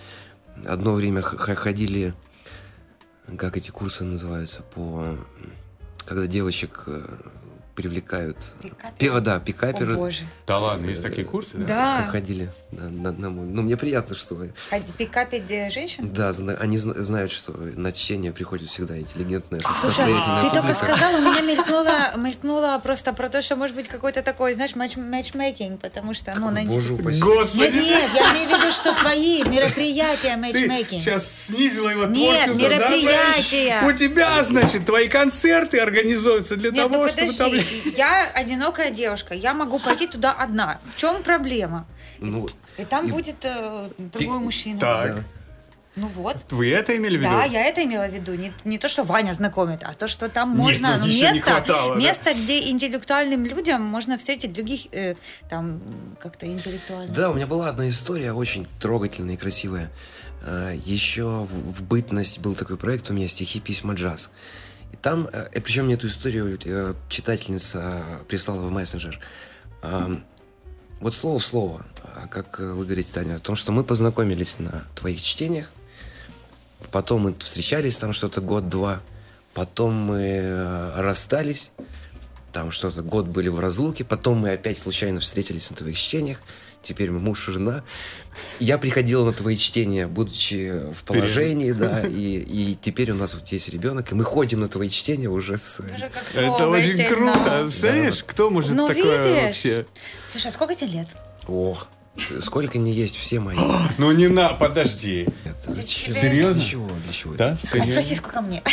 одно время х- ходили, как эти курсы называются, по... когда девочек привлекают. Пикаперы? Да, пикаперы. О, боже. Да ладно, есть такие курсы, да? Да. Ходили на, на, на мой... Ну, мне приятно, что вы... Пикапить женщин? Да, зна... они зна- знают, что на чтение приходит всегда интеллигентная, Слушай, состоятельная ты публика. только сказала, у меня мелькнуло, мелькнуло просто про то, что может быть какой-то такой, знаешь, матч, матчмейкинг, потому что, ну, на... Боже упаси. Господи! Нет, нет, я имею в виду, что твои мероприятия Ты матчмейкинг. сейчас снизила его Нет, творчество, да? мероприятия. У тебя, значит, твои концерты организуются для Нет, того, ну чтобы подожди, там... я одинокая девушка, я могу пойти туда одна. В чем проблема? Ну, И там И- будет э, другой мужчина. Так, да. Ну вот. вы это имели в виду? Да, я это имела в виду. Не, не то, что Ваня знакомит, а то, что там можно... ну, ну, еще не место, хватало, да. место, где интеллектуальным людям можно встретить других, э, там, как-то интеллектуально. Да, у меня была одна история очень трогательная и красивая. А, Еще в, в бытность был такой проект у меня «Стихи, письма, джаз». И там, э, причем мне эту историю э, читательница прислала в мессенджер. А, Вот слово в слово, а как вы говорите, Таня, о том, что мы познакомились на твоих чтениях, потом мы встречались там что-то год-два, потом мы э, расстались, там что-то год были в разлуке, потом мы опять случайно встретились на твоих чтениях, теперь мы муж и жена. Я приходила на твои чтения, будучи в положении, да, и, и теперь у нас вот есть ребенок, и мы ходим на твои чтения уже с... Боже, как Это очень трогательно. круто. Представляешь, кто может Ну, такое видишь? вообще? Слушай, а сколько тебе лет? Ох, сколько не есть все мои. Ну не на, подожди. Нет, зачем? Серьезно? Для чего? Для чего? Да? А спроси, сколько мне.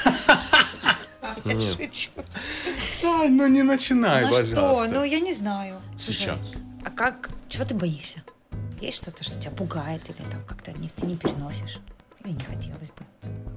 это? Нет. Да, ну не начинай, Ну пожалуйста. что, ну я не знаю. Слушай, Сейчас. а как, чего ты боишься? Есть что-то, что тебя пугает или там как-то не, ты не переносишь? Или не хотелось бы?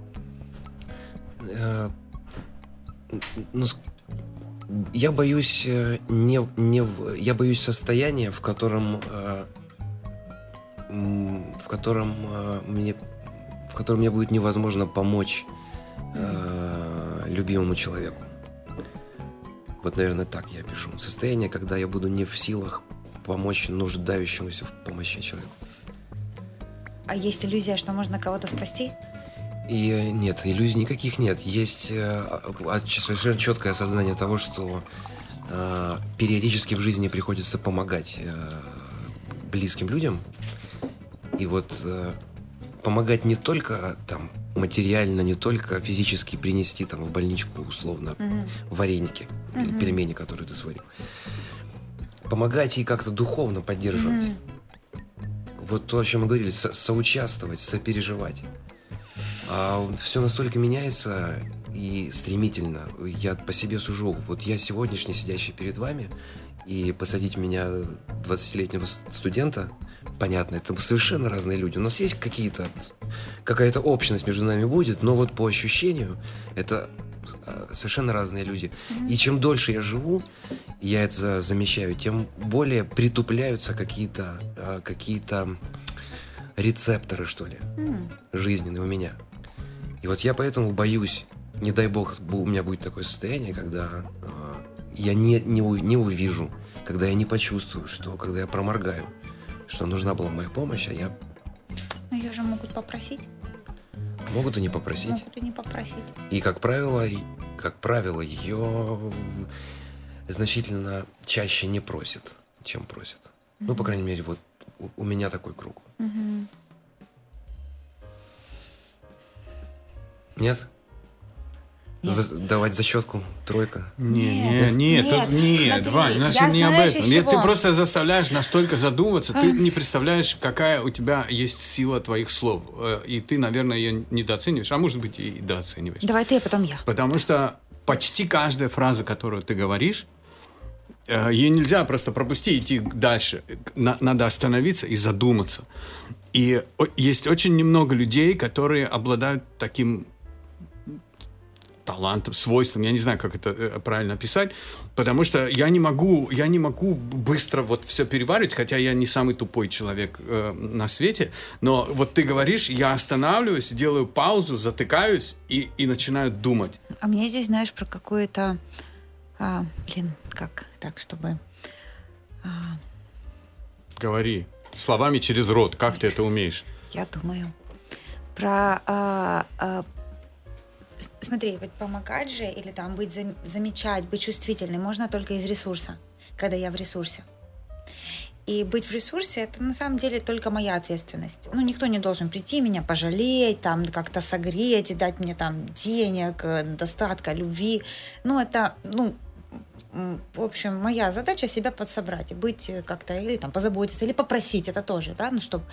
Э, ну, с- я боюсь э, не, не в- я боюсь состояния, в котором э, м, в котором э, мне в котором мне будет невозможно помочь э, любимому человеку. Вот, наверное, так я пишу. Состояние, когда я буду не в силах помочь нуждающемуся в помощи человеку. А есть иллюзия, что можно кого-то спасти? И э, нет, иллюзий никаких нет. Есть э, а- а- совершенно четкое осознание того, что э, периодически в жизни приходится помогать э, близким людям. И вот э, помогать не только там материально, не только физически принести там в больничку условно Мгм. вареники или Мгм. пельмени, которые ты сварил. Помогать и как-то духовно поддерживать. Мгм. Вот то, о чем мы говорили, со- соучаствовать, сопереживать. А все настолько меняется и стремительно. Я по себе сужу. Вот я сегодняшний, сидящий перед вами, и посадить меня, двадцатилетнего с- студента, понятно, это совершенно разные люди. У нас есть какие-то, какая-то общность между нами будет, но вот по ощущению это э, совершенно разные люди. И чем дольше я живу, я это замечаю, тем более притупляются какие-то, э, какие-то рецепторы, что ли, М. жизненные у меня. И вот я поэтому боюсь, не дай бог, бу- у меня будет такое состояние, когда э, я не, не, у- не увижу, когда я не почувствую, что, когда я проморгаю, что нужна была моя помощь, а я Ну, ее же могут попросить. могут и не попросить. Могут и не попросить. И, как правило, и- как правило, ее значительно чаще не просят, чем просят. Ну, по крайней мере, вот у, у меня такой круг. Мгм. Нет? Нет. За- давать зачетку тройка. Не, не, Нет, нет, нет, тут нет, смотри, Вань, у нас я не об знаешь, этом. из Нет, ты чего? просто заставляешь настолько задумываться, ты не представляешь, какая у тебя есть сила твоих слов. Э, И ты, наверное, ее недооцениваешь, а может быть и дооцениваешь. Давай ты, а потом я. Потому что почти каждая фраза, которую ты говоришь, э, ее нельзя просто пропустить и идти дальше. На- надо остановиться и задуматься. И о- есть очень немного людей, которые обладают таким талантом, свойством, я не знаю, как это э, правильно описать, потому что я не могу, я не могу быстро вот все переваривать, хотя я не самый тупой человек э, на свете, но вот ты говоришь, я останавливаюсь, делаю паузу, затыкаюсь и, и начинаю думать. А мне здесь, знаешь, про какое-то... а, блин, как так, чтобы... а, Говори словами через рот, как ты это умеешь? я думаю. Про... А, а, смотри, вот помогать же или там быть, зам, замечать, быть чувствительным можно только из ресурса, когда я в ресурсе. И быть в ресурсе — это на самом деле только моя ответственность. Ну, никто не должен прийти, меня пожалеть, там, как-то согреть, дать мне там денег, достатка, любви. Ну, это, ну, в общем, моя задача себя подсобрать, быть как-то, или там позаботиться, или попросить, это тоже, да, ну, чтобы...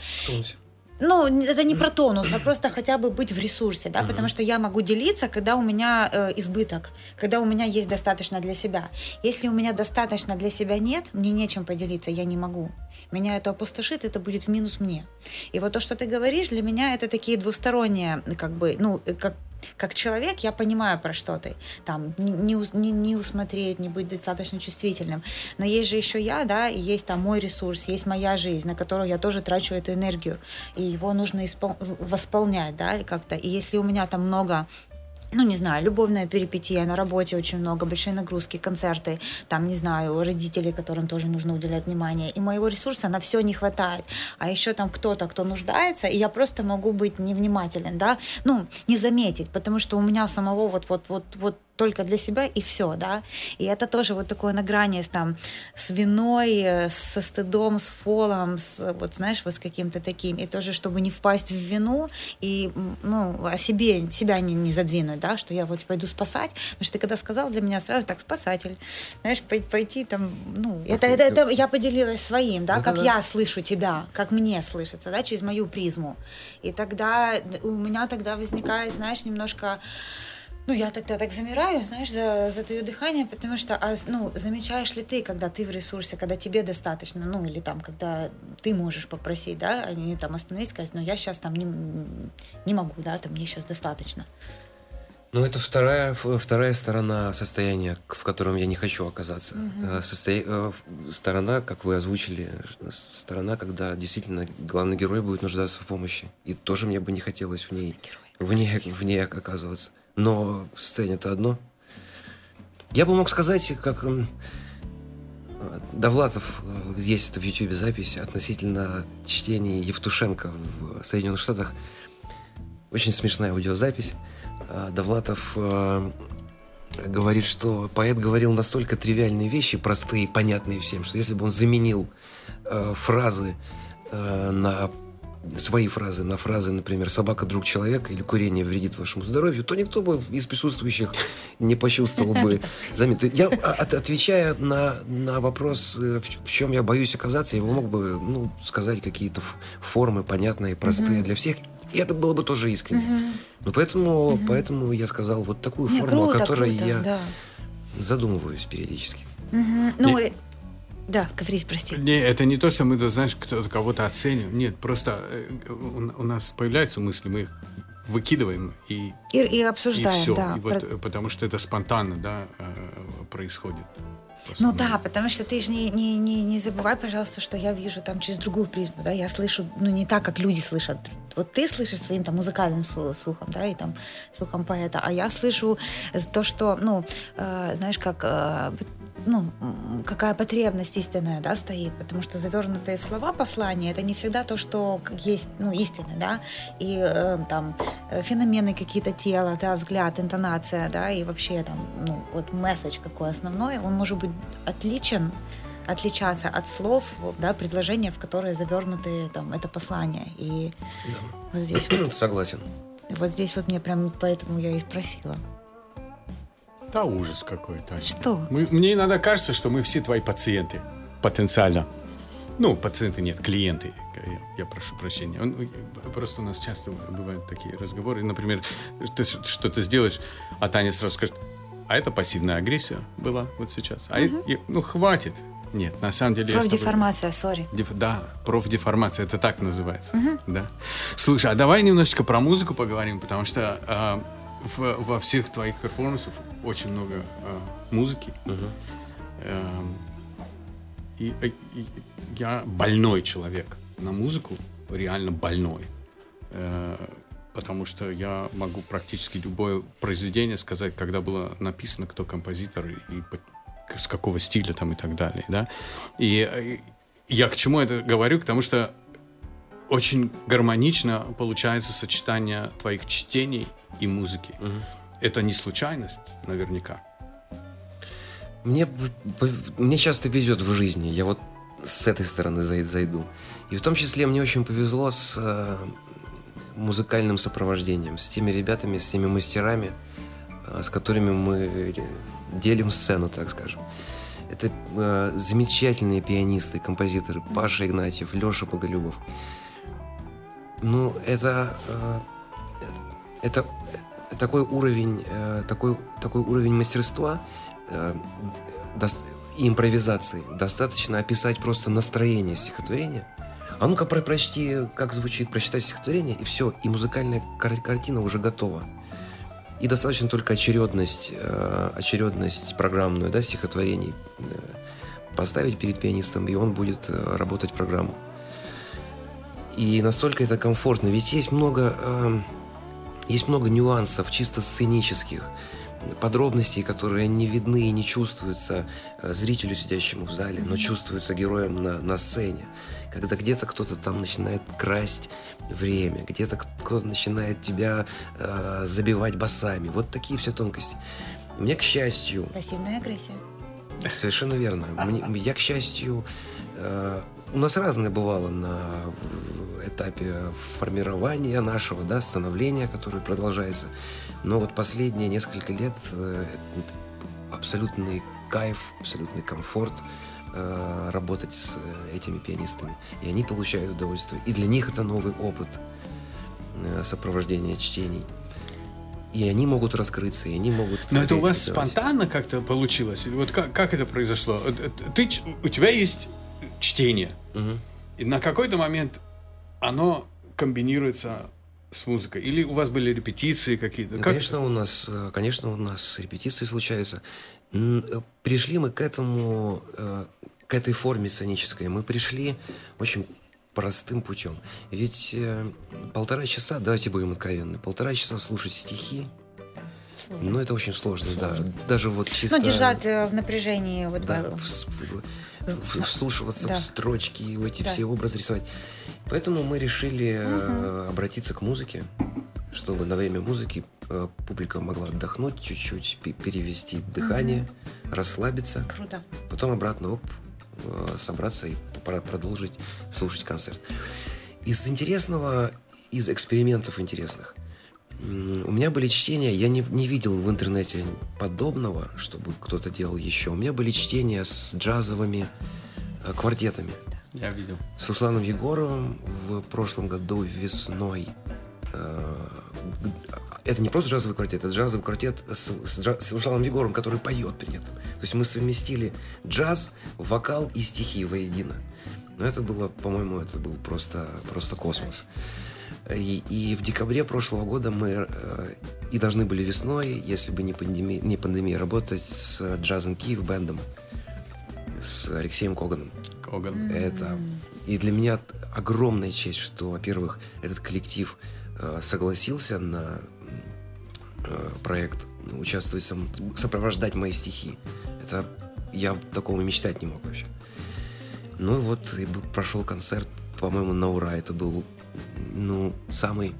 Ну, это не про тонус, а просто хотя бы быть в ресурсе, да, uh-huh. потому что я могу делиться, когда у меня э, избыток, когда у меня есть достаточно для себя. Если у меня достаточно для себя нет, мне нечем поделиться, я не могу. Меня это опустошит, это будет в минус мне. И вот то, что ты говоришь, для меня это такие двусторонние, как бы, ну, как Как человек я понимаю, про что ты. Там, не, не, не усмотреть, не быть достаточно чувствительным. Но есть же еще я, да, и есть там мой ресурс, есть моя жизнь, на которую я тоже трачу эту энергию. И его нужно испол- восполнять, да, как-то. И если у меня там много... Ну, не знаю, любовная перипетия, на работе очень много, большие нагрузки, концерты, там, не знаю, родители, которым тоже нужно уделять внимание. И моего ресурса на все не хватает. А еще там кто-то, кто нуждается, и я просто могу быть невнимателен, да, ну, не заметить, потому что у меня самого вот-вот-вот-вот только для себя и все, да. И это тоже вот такое на грани с, там, с виной, со стыдом, с фолом, с, вот знаешь, вот с каким-то таким. И тоже, чтобы не впасть в вину и, ну, о себе, себя не, не задвинуть, да, что я вот пойду спасать. Потому что ты когда сказал, для меня сразу так, спасатель. Знаешь, пойти там, ну, это, это, это я поделилась своим, да, это как да. я слышу тебя, как мне слышится, да, через мою призму. И тогда у меня тогда возникает, знаешь, немножко... Ну, я тогда так замираю, знаешь, за, за твое дыхание, потому что, а, ну, замечаешь ли ты, когда ты в ресурсе, когда тебе достаточно, ну, или там, когда ты можешь попросить, да, а не там остановить, сказать, ну, я сейчас там не, не могу, да, там, мне сейчас достаточно. Ну, это вторая, вторая сторона состояния, в котором я не хочу оказаться. Mm-hmm. Состо... Сторона, как вы озвучили, сторона, когда действительно главный герой будет нуждаться в помощи. И тоже мне бы не хотелось в ней, в ней, в ней оказываться. Но в сцене это одно. Я бы мог сказать, как Довлатов, есть это в Ютубе запись относительно чтения Евтушенко в Соединенных Штатах. Очень смешная аудиозапись. Довлатов говорит, что поэт говорил настолько тривиальные вещи, простые, понятные всем, что если бы он заменил фразы на свои фразы на фразы, например, «собака – друг человека» или «курение вредит вашему здоровью», то никто бы из присутствующих не почувствовал бы замету. Я, от, отвечая на, на вопрос, в, в чем я боюсь оказаться, я мог бы, ну, сказать какие-то формы понятные, простые mm-hmm. для всех, и это было бы тоже искренне. Mm-hmm. Но поэтому, mm-hmm. поэтому я сказал вот такую не, форму, круто, о которой круто, я да. задумываюсь периодически. Mm-hmm. Ну, и... Да, Кавриз, прости. Не, это не то, что мы, знаешь, кто-то кого-то оцениваем. Нет, просто у, у нас появляются мысли, мы их выкидываем и, и, и обсуждаем. И все. Да, и про... вот, потому что это спонтанно, да, происходит. Ну да, потому что ты же не, не, не, не забывай, пожалуйста, что я вижу там через другую призму, да, я слышу, ну, не так, как люди слышат. Вот ты слышишь своим там музыкальным слухом, да, и там слухом поэта, а я слышу то, что, ну, э, знаешь, как... Э, ну, какая потребность истинная, да, стоит, потому что завернутые в слова послания — это не всегда то, что есть, ну, истина, да, и э, там феномены какие-то тела, да, взгляд, интонация, да, и вообще там, ну, вот месседж какой основной, он может быть отличен, отличаться от слов, да, предложения, в которые завернуты там это послание, и да. вот здесь вот... Согласен. Вот здесь вот мне прям поэтому я и спросила. Да ужас какой-то. Что? Мы, мне иногда кажется, что мы все твои пациенты. Потенциально. Ну, пациенты нет, клиенты. Я, я прошу прощения. Он, просто у нас часто бывают такие разговоры. Например, ты что-то сделаешь, а Таня сразу скажет, а это пассивная агрессия была вот сейчас. А угу. это, ну, хватит. Нет, на самом деле... Профдеформация, сори. Деф... Да, профдеформация, это так называется. Угу. Да. Слушай, а давай немножечко про музыку поговорим, потому что... А, В, во всех твоих перформансах очень много э, музыки. Uh-huh. Э, и, и я больной человек на музыку, реально больной. Э, потому что я могу практически любое произведение сказать, когда было написано, кто композитор и, и с какого стиля там и так далее. Да? И, и я к чему это говорю? Потому что очень гармонично получается сочетание твоих чтений и музыки. Угу. Это не случайность, наверняка. Мне, мне часто везет в жизни. Я вот с этой стороны зайду. И в том числе мне очень повезло с э, музыкальным сопровождением, с теми ребятами, с теми мастерами, э, с которыми мы делим сцену, так скажем. Это э, замечательные пианисты, композиторы Паша Игнатьев, Леша Боголюбов. Ну, это, э, это, это такой уровень, э, такой, такой уровень мастерства э, до- и импровизации. Достаточно описать просто настроение стихотворения. А ну-ка про- прочти, как звучит, прочитай стихотворение, и все, и музыкальная кар- картина уже готова. И достаточно только очередность, э, очередность программную, да, стихотворений э, поставить перед пианистом, и он будет э, работать программу. И настолько это комфортно. Ведь есть много, э, есть много нюансов, чисто сценических, подробностей, которые не видны и не чувствуются э, зрителю, сидящему в зале, но чувствуются героем на, на сцене. Когда где-то кто-то там начинает красть время, где-то кто-то начинает тебя э, забивать басами. Вот такие все тонкости. Мне, к счастью... Пассивная агрессия. Совершенно верно. Мне, я, к счастью... Э, у нас разное бывало на этапе формирования нашего, да, становления, которое продолжается. Но вот последние несколько лет э, абсолютный кайф, абсолютный комфорт э, работать с э, этими пианистами. И они получают удовольствие. И для них это новый опыт э, сопровождения чтений. И они могут раскрыться, и они могут... Но это у вас делать. Спонтанно как-то получилось? Вот как, как это произошло? Ты, у тебя есть чтение. Угу. И на какой-то момент оно комбинируется с музыкой? Или у вас были репетиции какие-то? Ну, как конечно, это? у нас, конечно, у нас репетиции случаются. Пришли мы к этому, к этой форме сценической. Мы пришли очень простым путем. Ведь полтора часа, давайте будем откровенны, полтора часа слушать стихи, сложно. Ну, это очень сложно, сложно. Да. Даже вот чисто... Ну, держать в напряжении. Вот да, в, вслушиваться да. в строчки, в эти да. все образы рисовать. Поэтому мы решили угу. обратиться к музыке, чтобы на время музыки публика могла отдохнуть чуть-чуть, перевести дыхание, угу. расслабиться. Круто. Потом обратно оп, собраться и продолжить слушать концерт. Из интересного, из экспериментов интересных, у меня были чтения, я не, не видел в интернете подобного, чтобы кто-то делал еще. У меня были чтения с джазовыми э, квартетами. Я видел. С Русланом Егоровым в прошлом году весной. Э, это не просто джазовый квартет, это джазовый квартет с, с, джаз, с Русланом Егоровым, который поет при этом. То есть мы совместили джаз, вокал и стихи воедино. Но это было, по-моему, это был просто, просто космос. И, и в декабре прошлого года мы э, и должны были весной, если бы не пандемия, не пандемия, работать с Jazz and Kyiv бэндом, с Алексеем Коганом. Коган. Mm-hmm. Это и для меня огромная честь, что, во-первых, этот коллектив э, согласился на э, проект, участвовать, сам, сопровождать мои стихи. Это я такого мечтать не мог вообще. Ну и вот и прошел концерт, по-моему, на ура. Это был ну, самый,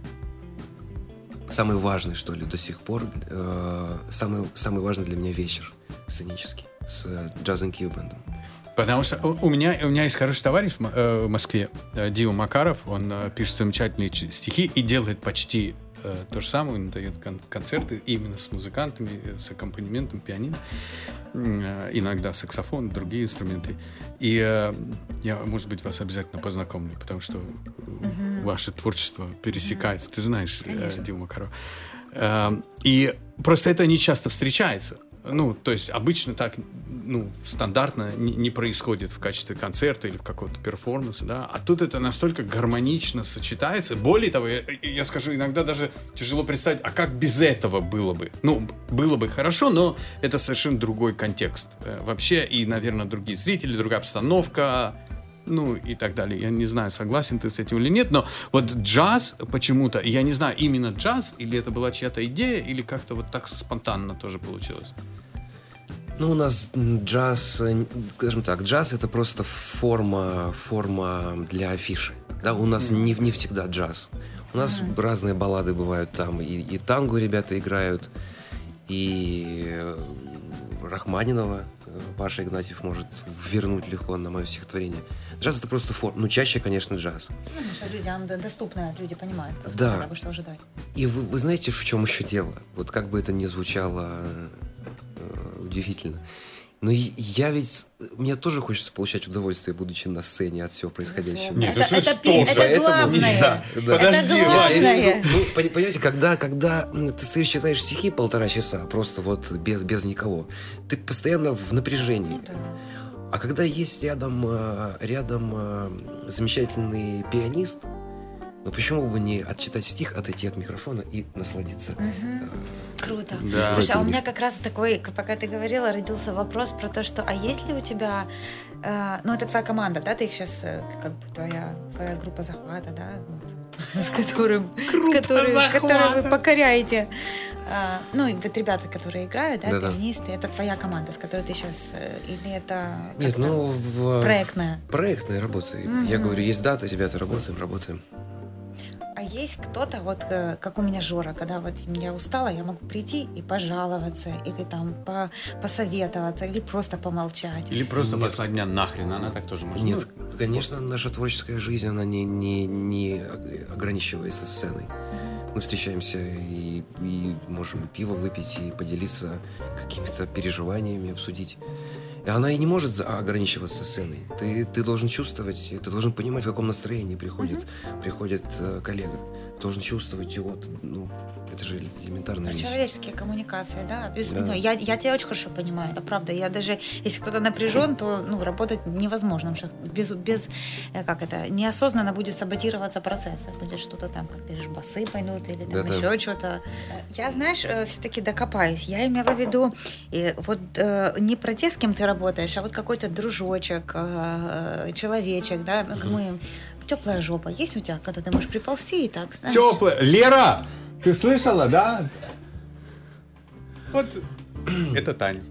самый важный, что ли, до сих пор, э, самый, самый важный для меня вечер сценический с Jazz and Kyiv бэндом. Потому что у меня, у меня есть хороший товарищ в Москве, Дима Макаров, он пишет замечательные стихи и делает почти э, то же самое, он дает кон- концерты именно с музыкантами, с аккомпанементом, пианино, э, иногда саксофон, другие инструменты. И э, я, может быть, вас обязательно познакомлю, потому что uh-huh. ваше творчество пересекается. Uh-huh. Ты знаешь э, Диму Макарова. Э, и просто это не часто встречается. Ну, то есть обычно так, ну, стандартно не, не происходит в качестве концерта или в какого-то перформанса, да, а тут это настолько гармонично сочетается. Более того, я, я скажу, иногда даже тяжело представить, а как без этого было бы? Ну, было бы хорошо, но это совершенно другой контекст вообще, и, наверное, другие зрители, другая обстановка, ну, и так далее. Я не знаю, согласен ты с этим или нет, но вот джаз почему-то, я не знаю, именно джаз, или это была чья-то идея, или как-то вот так спонтанно тоже получилось? Ну, у нас джаз, скажем так, джаз — это просто форма, форма для афиши. Да, у нас mm-hmm. не, не всегда джаз. У нас mm-hmm. разные баллады бывают там. И, и танго ребята играют, и Рахманинова Паша Игнатьев может вернуть легко на мое стихотворение. Джаз — это просто форма. Ну, чаще, конечно, джаз. Ну, что людям доступно, люди понимают просто, да. хотя бы, что ожидать. И вы, вы знаете, в чем еще дело? Вот как бы это ни звучало э, удивительно. Но я ведь... Мне тоже хочется получать удовольствие, будучи на сцене от всего происходящего. Нет, это, это, это, это, это главное. Да, да. Подожди, это главное. Ну, понимаете, когда, когда ты стоишь, читаешь стихи полтора часа, просто вот без, без никого, ты постоянно в напряжении. Ну, да. А когда есть рядом, рядом замечательный пианист, ну почему бы не отчитать стих, отойти от микрофона и насладиться? Угу. Круто. Да. Слушай, а у меня как раз такой, пока ты говорила, родился вопрос про то, что, а есть ли у тебя, э, ну это твоя команда, да, ты их сейчас, как бы твоя, твоя группа захвата, да, вот, с которым, с которой, которой вы покоряете. А, ну, и вот ребята, которые играют, да, Да-да. пианисты, это твоя команда, с которой ты сейчас, или это Нет, ну, в... проектная? Проектная работа. Mm-hmm. Я говорю, есть дата, ребята, работаем, работаем. А есть кто-то, вот как у меня Жора, когда вот я устала, я могу прийти и пожаловаться, или там по посоветоваться, или просто помолчать. Или просто Нет. послать меня нахрен, она так тоже может. Нет, конечно, наша творческая жизнь, она не, не, не ограничивается сценой. Мы встречаемся и, и можем пиво выпить, и поделиться какими-то переживаниями, обсудить. И она и не может ограничиваться сценой. Ты, ты должен чувствовать, ты должен понимать, в каком настроении приходит, uh-huh. приходит э, коллега. Ты должен чувствовать его. Ну, это же элементарная вещь. Человеческие коммуникации, да. Без, да. Ну, я, я тебя очень хорошо понимаю, это правда. Я даже, если кто-то напряжен, то ну, работать невозможно. Потому что без, без, как это, неосознанно будет саботироваться процесс. Будет что-то там, как ты говоришь, басы пойдут или там да, еще да. что-то. Я, знаешь, все-таки докопаюсь. Я имела в виду и вот не про те, с кем ты работаешь, а вот какой-то дружочек, человечек, да, mm-hmm. мы... Теплая жопа есть у тебя, когда ты можешь приползти и так, знаешь? Теплая. Лера, ты слышала, да? Вот это Таня.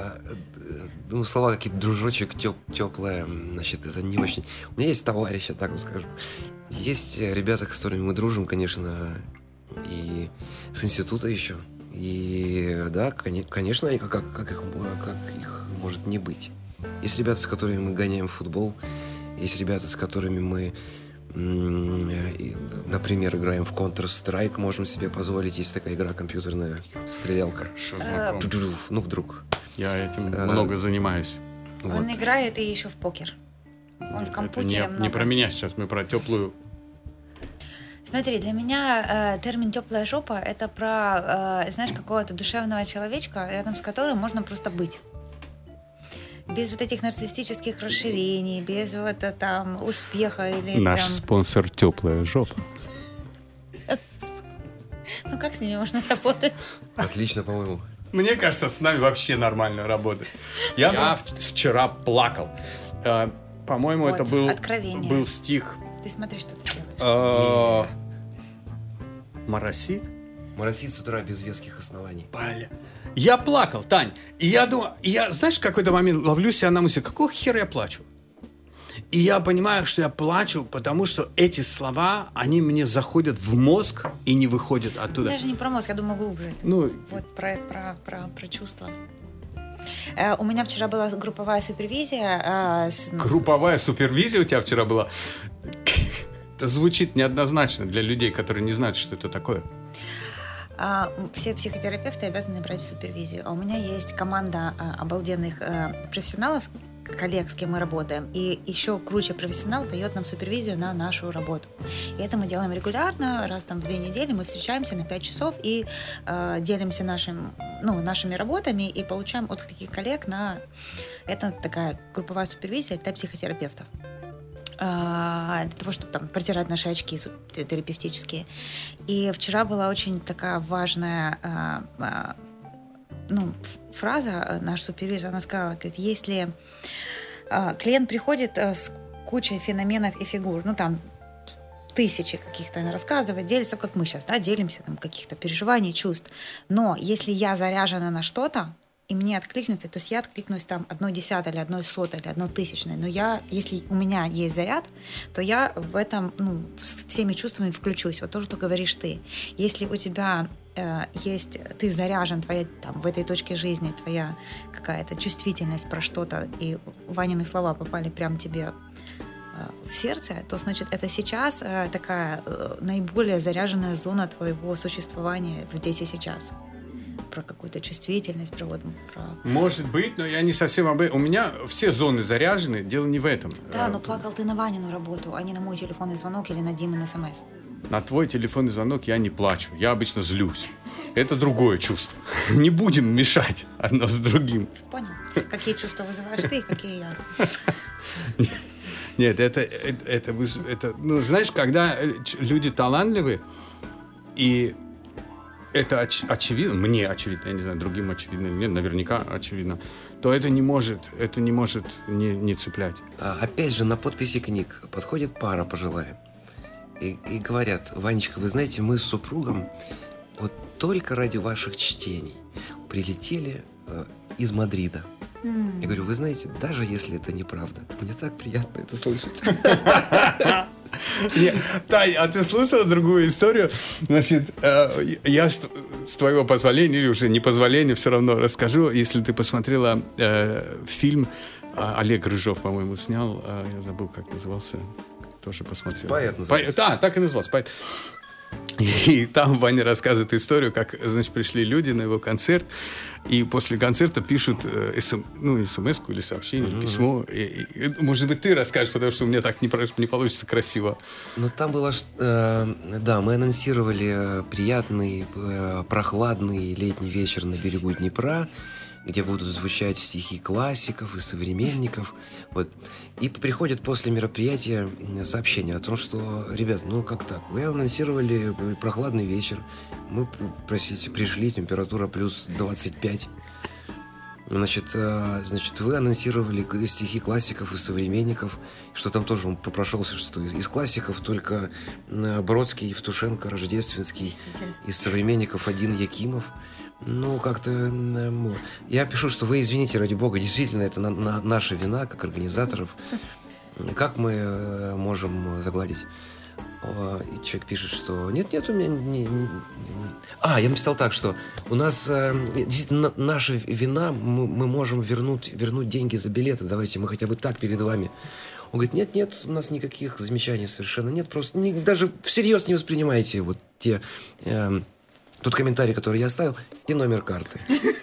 Ну, слова какие-то, дружочек, теп, теплая, значит, это не очень... У меня есть товарищ, я так вот скажу. Есть ребята, с которыми мы дружим, конечно, и с института еще. И да, конечно, как, как, их, как их может не быть. Есть ребята, с которыми мы гоняем в футбол. Есть ребята, с которыми мы, например, играем в Counter-Strike, можем себе позволить. Есть такая игра компьютерная, стрелялка. Ну, вдруг. Я этим много занимаюсь. Он вот. Играет и еще в покер. Он в компьютере много. Не про меня сейчас, мы про теплую. Смотри, для меня э, термин «теплая жопа» — это про, э, знаешь, какого-то душевного человечка, рядом с которым можно просто быть. Без вот этих нарциссических расширений, без вот там успеха или Наш там... спонсор «Теплая жопа». Ну как с ними можно работать? Отлично, по-моему. Мне кажется, с нами вообще нормально работать. Я, Я вчера плакал. Э, по-моему, вот, это был, был стих. Ты смотри, что ты делаешь. Моросит? Моросит с утра без веских оснований. Бля. Я плакал, Тань. И я думаю, и я, знаешь, в какой-то момент ловлю себя на мысли, какого хера я плачу? И я понимаю, что я плачу, потому что эти слова, они мне заходят в мозг и не выходят оттуда. Даже не про мозг, я думаю, глубже. Ну, вот про, про, про, про чувства. Э, у меня вчера была групповая супервизия. Э, с... Групповая супервизия у тебя вчера была? Это звучит неоднозначно для людей, которые не знают, что это такое. Все психотерапевты обязаны брать супервизию. А у меня есть команда обалденных профессионалов, коллег, с кем мы работаем. И еще круче профессионал дает нам супервизию на нашу работу. И это мы делаем регулярно. Раз там в две недели мы встречаемся на пять часов и э, делимся нашим, ну, нашими работами и получаем отклики коллег на... Это такая групповая супервизия для психотерапевтов. Для того, чтобы там протирать наши очки терапевтические. И вчера была очень такая важная ну, фраза, наш супервизор, она сказала, говорит, если клиент приходит с кучей феноменов и фигур, ну там тысячи каких-то, она рассказывает, делится, как мы сейчас, да, делимся там каких-то переживаний, чувств, но если я заряжена на что-то, и мне откликнется, то есть я откликнусь там одной десятой, или одной сотой, или одной тысячной, но я, если у меня есть заряд, то я в этом, ну, всеми чувствами включусь, вот то, что говоришь ты. Если у тебя э, есть, ты заряжен, твоя, там, в этой точке жизни, твоя какая-то чувствительность про что-то, и Ванины слова попали прямо тебе в сердце, то, значит, это сейчас э, такая э, наиболее заряженная зона твоего существования здесь и сейчас. Про какую-то чувствительность, про вот... Про... Может быть, но я не совсем об этом. У меня все зоны заряжены, дело не в этом. Да, но плакал ты на Ванину работу, а не на мой телефонный звонок или на Димин СМС. На твой телефонный звонок я не плачу, я обычно злюсь. Это другое чувство. Не будем мешать одно с другим. Понял. Какие чувства вызываешь ты и какие я. Нет, это, это, это, это, ну, знаешь, когда люди талантливы, и это оч, очевидно, мне очевидно, я не знаю, другим очевидно, мне наверняка очевидно, то это не может, это не может не, не цеплять. А, опять же, на подписи книг подходит пара пожилая и, и говорят: Ванечка, вы знаете, мы с супругом вот только ради ваших чтений прилетели э, из Мадрида. Я говорю: вы знаете, даже если это неправда, мне так приятно это слышать. Тань, а ты слушала другую историю? Значит, я с твоего позволения, или уже не позволения, все равно расскажу. Если ты посмотрела фильм, Олег Рыжов, по-моему, снял, я забыл, как назывался, тоже посмотрел. «Поэт» называется. Да, так и назывался, «Поэт». И там Ваня рассказывает историю, как, значит, пришли люди на его концерт, и после концерта пишут э, эсэм, ну, смс-ку или сообщение, mm-hmm. письмо. И, и, может быть, ты расскажешь, потому что у меня так не, не получится красиво. Ну, там было... Э, да, мы анонсировали приятный, э, прохладный летний вечер на берегу Днепра, где будут звучать стихи классиков и современников. Вот. И приходят после мероприятия сообщения о том, что, ребят, ну как так? Вы анонсировали прохладный вечер, мы, простите, пришли, температура плюс двадцать пять. Значит, значит, вы анонсировали стихи классиков и современников, что там тоже он прошелся, что из, из классиков только Бродский, Евтушенко, Рождественский, из современников один Якимов. Ну, как-то... Я пишу, что вы извините, ради бога, действительно, это на, на, наша вина, как организаторов. Как мы можем загладить? И человек пишет, что нет-нет, у меня... Не, не... А, я написал так, что у нас действительно наша вина, мы, мы можем вернуть, вернуть деньги за билеты, давайте мы хотя бы так перед вами. Он говорит: нет-нет, у нас никаких замечаний совершенно нет, просто не, даже всерьез не воспринимайте вот те... Э, тот комментарий, который я оставил, и номер карты.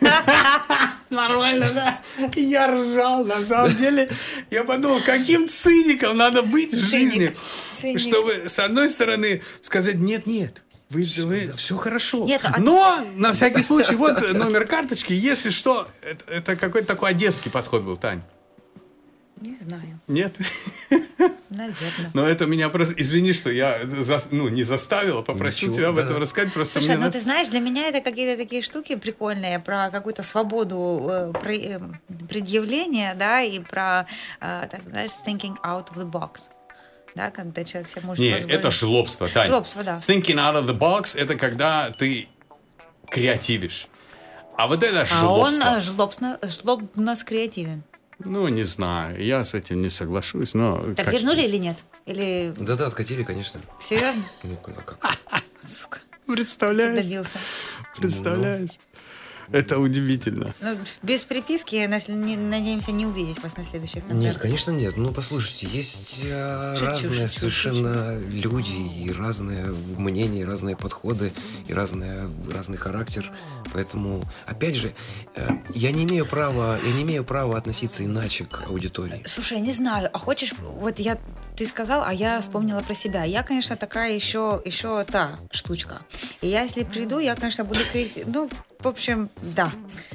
Нормально, да? Я ржал, на самом деле. Я подумал, каким циником надо быть в жизни, Циник. чтобы, с одной стороны, сказать: нет-нет, вы, вы, да. все хорошо. Нет, а... Но, на всякий случай, вот номер карточки, если что, это, это какой-то такой одесский подход был, Тань. Не знаю. Нет? Наверное. Но это меня просто... Извини, что я за... ну, не заставила, попросил Ничего, тебя об да. этом рассказать. Просто Слушай, ну надо... ты знаешь, для меня это какие-то такие штуки прикольные про какую-то свободу э, про, э, предъявления, да, и про, э, так, знаешь, thinking out of the box. Да, когда человек себе может Нет, позволить... это жлобство, Тань. Жлобство, да. Thinking out of the box — это когда ты креативишь. А вот это жлобство. А он жлобно, жлобно скреативен. Ну, не знаю, я с этим не соглашусь, но... Так как... вернули или нет? Или... Да-да, откатили, конечно. Серьезно? Ну, а как? Сука. Представляешь? Добился. Представляешь? Это удивительно. Ну, без приписки, не, надеемся, не увидеть вас на следующих концертах. Нет, конечно, нет. Ну, послушайте, есть э, разные чушь, совершенно чушь. люди, и разные мнения, и разные подходы, и разные, разный характер. Поэтому, опять же, э, я не имею права, я не имею права относиться иначе к аудитории. Слушай, я не знаю, а хочешь, вот я, ты сказал, а я вспомнила про себя. Я, конечно, такая еще, еще та штучка. И я, если приду, я, конечно, буду, ну, в общем, да,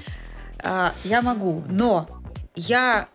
я могу, но я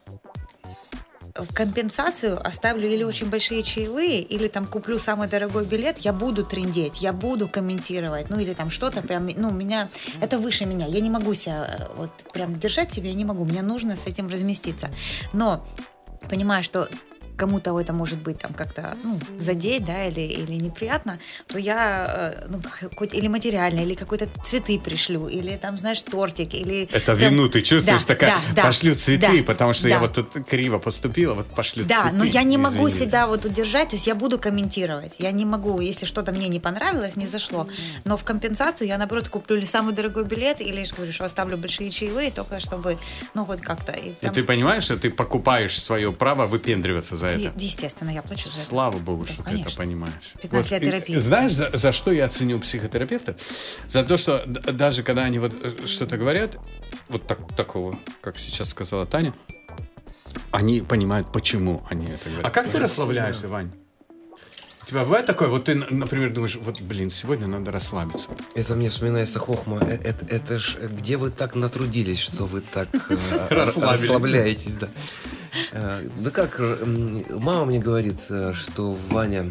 в компенсацию оставлю или очень большие чаевые, или там куплю самый дорогой билет, я буду трындеть, я буду комментировать, ну или там что-то прям, ну, меня, это выше меня, я не могу себя вот прям держать себя, я не могу, мне нужно с этим разместиться. Но понимаю, что кому-то это может быть там как-то, ну, задеть, да, или, или неприятно, то я, ну, хоть или материально, или какой-то цветы пришлю, или там, знаешь, тортик, или... Это вину ты чувствуешь, да, такая, да, пошлю цветы, да, потому что да. я вот тут криво поступила, вот пошлю да, цветы. Да, но я не извините. могу себя вот удержать, то есть я буду комментировать, я не могу, если что-то мне не понравилось, не зашло, но в компенсацию я, наоборот, куплю или самый дорогой билет, или, говорю, что оставлю большие чаевые, только чтобы, ну, хоть как-то... И, прям... и ты понимаешь, что ты покупаешь свое право выпендриваться за это? Естественно, я плачу за это. Слава богу, да, что конечно. ты это понимаешь. пятнадцать вот, лет терапии. Знаешь, за, за что я ценю психотерапевтов? За то, что даже когда они вот что-то говорят, вот так, такого, как сейчас сказала Таня, они понимают, почему они это говорят. А как ты расслабляешься, Вань? У тебя бывает такое, вот ты, например, думаешь, вот, блин, сегодня надо расслабиться. Это мне вспоминается хохма. Это, это ж где вы так натрудились, что вы так расслабляетесь, да. Да как, мама мне говорит, что, Ваня,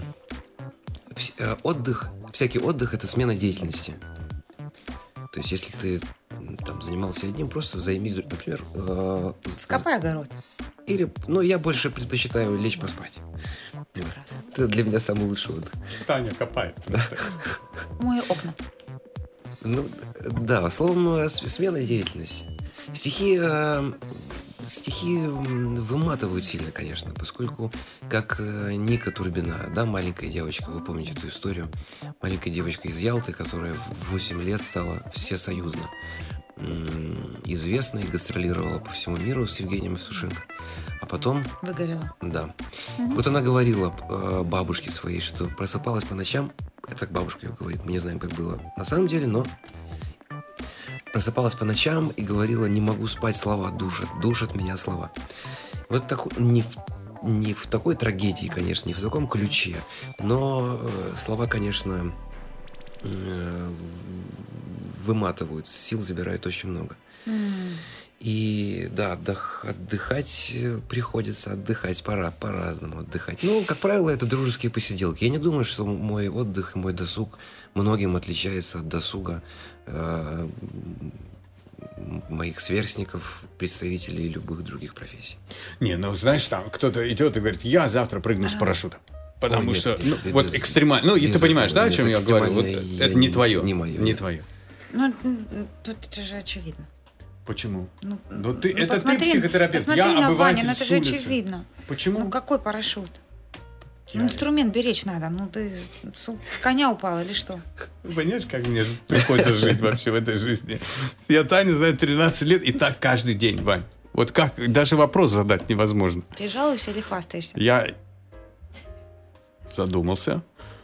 отдых, всякий отдых – это смена деятельности. То есть, если ты там занимался одним, просто займись, например... Скопай огород. Или, ну, я больше предпочитаю лечь поспать. Прекрасно. Это для меня самый лучший отдых. Таня копает. Да. Мою окна. Ну, да, словом, смена деятельности. Стихи, э, стихи выматывают сильно, конечно, поскольку, как Ника Турбина, да, маленькая девочка, вы помните эту историю, маленькая девочка из Ялты, которая в восемь лет стала всесоюзно известной, гастролировала по всему миру с Евгением Евтушенко. А потом... Выгорела. Да. Угу. Вот она говорила э, бабушке своей, что просыпалась по ночам, это бабушка ее говорит, мы не знаем, как было на самом деле, но просыпалась по ночам и говорила, не могу спать, слова душат, душат меня слова. Вот так, не в, не в такой трагедии, конечно, не в таком ключе, но э, слова, конечно, э, выматывают, сил забирают очень много. Mm. И да, отдых, отдыхать приходится, отдыхать пора, по-разному отдыхать. Ну, как правило, это дружеские посиделки. Я не думаю, что мой отдых и мой досуг многим отличается от досуга э, моих сверстников, представителей любых других профессий. Не, ну знаешь, там кто-то идет и говорит, я завтра прыгну с парашютом. Потому Ой, что, нет, ну, без, вот экстремально, ну, и ты понимаешь, да, о чем я говорю? Вот, это не твое. Не мое. Не твое. Ну, тут это же очевидно. Почему? Ну, ну, ты, ну, это посмотри, ты психотерапевт, посмотри я на обыватель Ваню, ну, с это же улицы. очевидно. Почему? Ну, какой парашют? Я... Ну, инструмент беречь надо. Ну, ты с коня упал или что? Понимаешь, как мне приходится жить вообще в этой жизни? Я Таню знаю тринадцать лет, и так каждый день, Вань. Вот как, даже вопрос задать невозможно. Ты жалуешься или хвастаешься? Я задумался.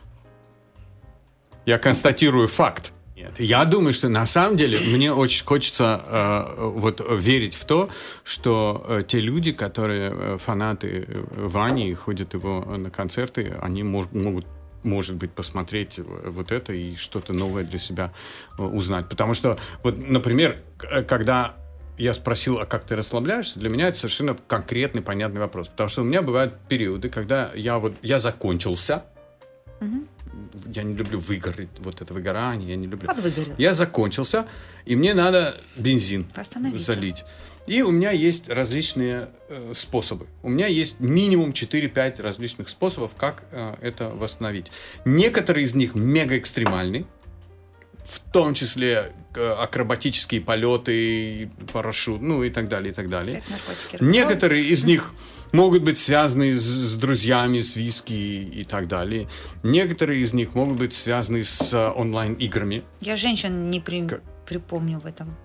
Я констатирую факт. Нет, я думаю, что на самом деле мне очень хочется э, вот верить в то, что э, те люди, которые э, фанаты Вани и ходят его на концерты, они мож, могут, может быть, посмотреть вот это и что-то новое для себя э, узнать. Потому что, вот, например, когда я спросил, а как ты расслабляешься, для меня это совершенно конкретный, понятный вопрос. Потому что у меня бывают периоды, когда я, вот, я закончился, угу. Я не люблю выгореть, вот это выгорание, я не люблю. Подвыгорел. Я закончился, и мне надо бензин залить. И у меня есть различные э, способы. У меня есть минимум четыре-пять различных способов, как э, это восстановить. Некоторые из них мега экстремальны, в том числе э, акробатические полеты, парашют, ну и так далее, и так далее. Секс, наркотики, некоторые из них могут быть связаны с, с друзьями, с виски и так далее. Некоторые из них могут быть связаны с uh, онлайн-играми. Я женщин не при... как... припомню в этом.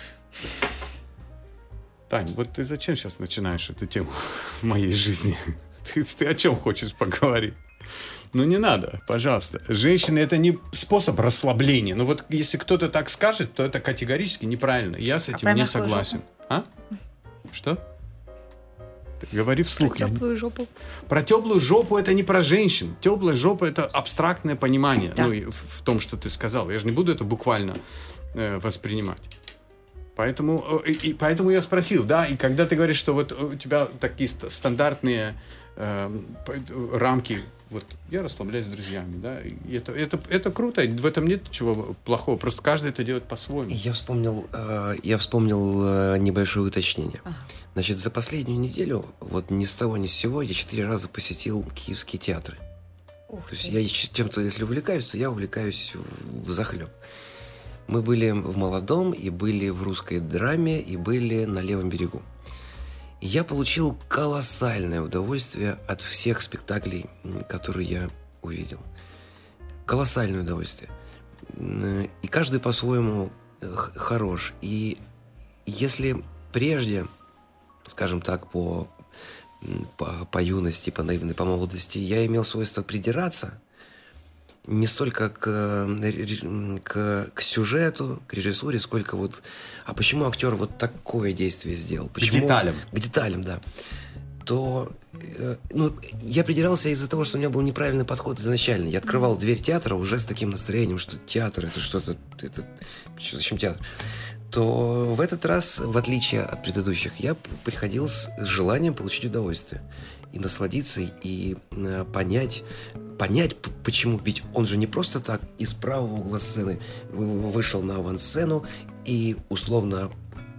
Тань, вот ты зачем сейчас начинаешь эту тему в моей жизни? Ты, ты о чем хочешь поговорить? Ну, не надо, пожалуйста. Женщины — это не способ расслабления. Ну, вот если кто-то так скажет, то это категорически неправильно. Я с этим а не согласен. Жопу? А? Что? Ты говори вслух. Про теплую жопу. Про теплую жопу это не про женщин. Теплая жопа — это абстрактное понимание. Да. Ну, и в, в том, что ты сказал. Я же не буду это буквально э, воспринимать. Поэтому, и, и поэтому я спросил, да, и когда ты говоришь, что вот у тебя такие ст- стандартные э, рамки вот я расслабляюсь с друзьями, да, и это, это, это круто, в этом нет ничего плохого, просто каждый это делает по-своему. Я вспомнил, э, я вспомнил э, небольшое уточнение. Ага. Значит, за последнюю неделю, вот ни с того ни с сего, я четыре раза посетил киевские театры. Ух то есть ты. Я чем-то, если увлекаюсь, то я увлекаюсь взахлеб. Мы были в «Молодом», и были в «Русской драме», и были на «Левом берегу». И я получил колоссальное удовольствие от всех спектаклей, которые я увидел. Колоссальное удовольствие. И каждый по-своему хорош. И если прежде, скажем так, по, по, по юности, по наивной, по молодости, я имел свойство придираться не столько к, к, к сюжету, к режиссуре, сколько вот... А почему актер вот такое действие сделал? Почему, к деталям. К деталям, да. То... Э, ну, я придирался из-за того, что у меня был неправильный подход изначально. Я открывал mm-hmm. дверь театра уже с таким настроением, что театр — это что-то... Это, зачем театр? То в этот раз, в отличие от предыдущих, я приходил с, с желанием получить удовольствие. И насладиться, и э, понять... Понять, почему. Ведь он же не просто так из правого угла сцены вышел на авансцену и условно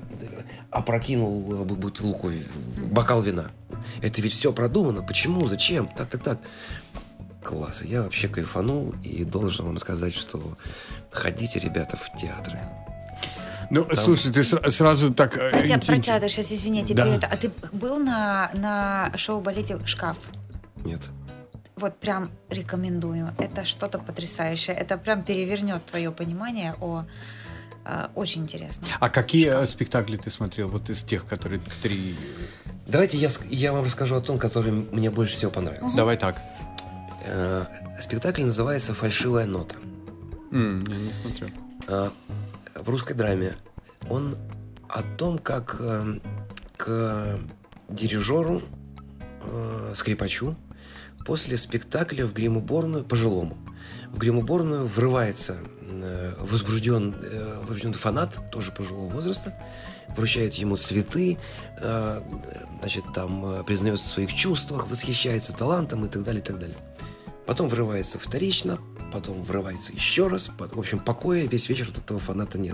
опрокинул бутылку, бокал вина. Это ведь все продумано. Почему? Зачем? Так, так, так. Класс. Я вообще кайфанул и должен вам сказать, что ходите, ребята, в театры. Ну, там... слушай, ты сразу так... Про, те, про театр сейчас, извини, тебе да. это... А ты был на, на шоу-балете «Шкаф»? Нет. Вот прям рекомендую. Это что-то потрясающее. Это прям перевернет твое понимание о... Э, очень интересно. А какие Шкаф. спектакли ты смотрел? Вот из тех, которые три... Давайте я, я вам расскажу о том, который мне больше всего понравился. Угу. Давай так. Э, спектакль называется «Фальшивая нота». Mm, я не смотрел. Э, в русской драме. Он о том, как э, к дирижеру, э, скрипачу, после спектакля в грим-уборную, пожилому, в грим-уборную врывается э, возбужден, э, возбужденный фанат, тоже пожилого возраста, вручает ему цветы, э, значит, там э, признается в своих чувствах, восхищается талантом и так далее, и так далее. Потом врывается вторично, потом врывается еще раз, потом, в общем, покоя весь вечер от этого фаната нет.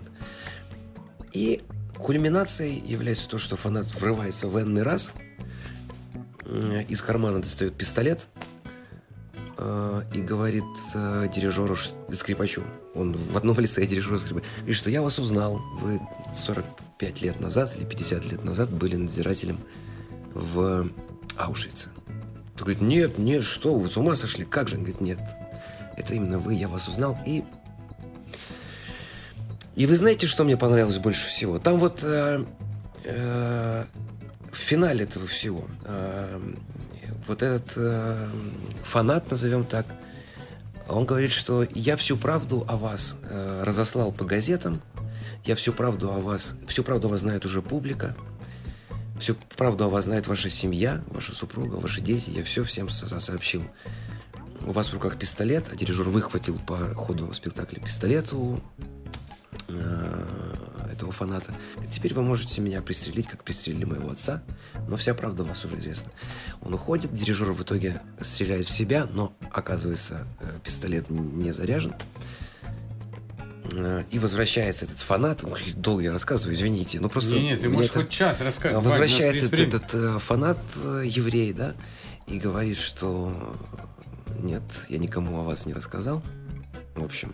И кульминацией является то, что фанат врывается в энный раз, из кармана достает пистолет э, и говорит э, дирижеру, скрипачу, он в одном лице дирижеру скрипачу, говорит, что я вас узнал, вы сорок пять лет назад или пятьдесят лет назад были надзирателем в Аушвице. Он говорит, нет, нет, что вы, с ума сошли, как же? Он говорит, нет, это именно вы, я вас узнал. И и вы знаете, что мне понравилось больше всего? Там вот э, э, в финале этого всего э, вот этот э, фанат, назовем так, он говорит, что я всю правду о вас э, разослал по газетам, я всю правду о вас, всю правду о вас знает уже публика, всю правду о вас знает ваша семья, ваша супруга, ваши дети, я все всем со- сообщил. У вас в руках пистолет, а дирижер выхватил по ходу спектакля пистолет у этого фаната. Теперь вы можете меня пристрелить, как пристрелили моего отца, но вся правда у вас уже известна. Он уходит, дирижер в итоге стреляет в себя, но, оказывается, пистолет не заряжен. И возвращается этот фанат. Долго я рассказываю, извините. Но просто нет, ты можешь это... хоть час рассказывать. Возвращается этот, этот фанат, еврей, да, и говорит, что нет, я никому о вас не рассказал. В общем...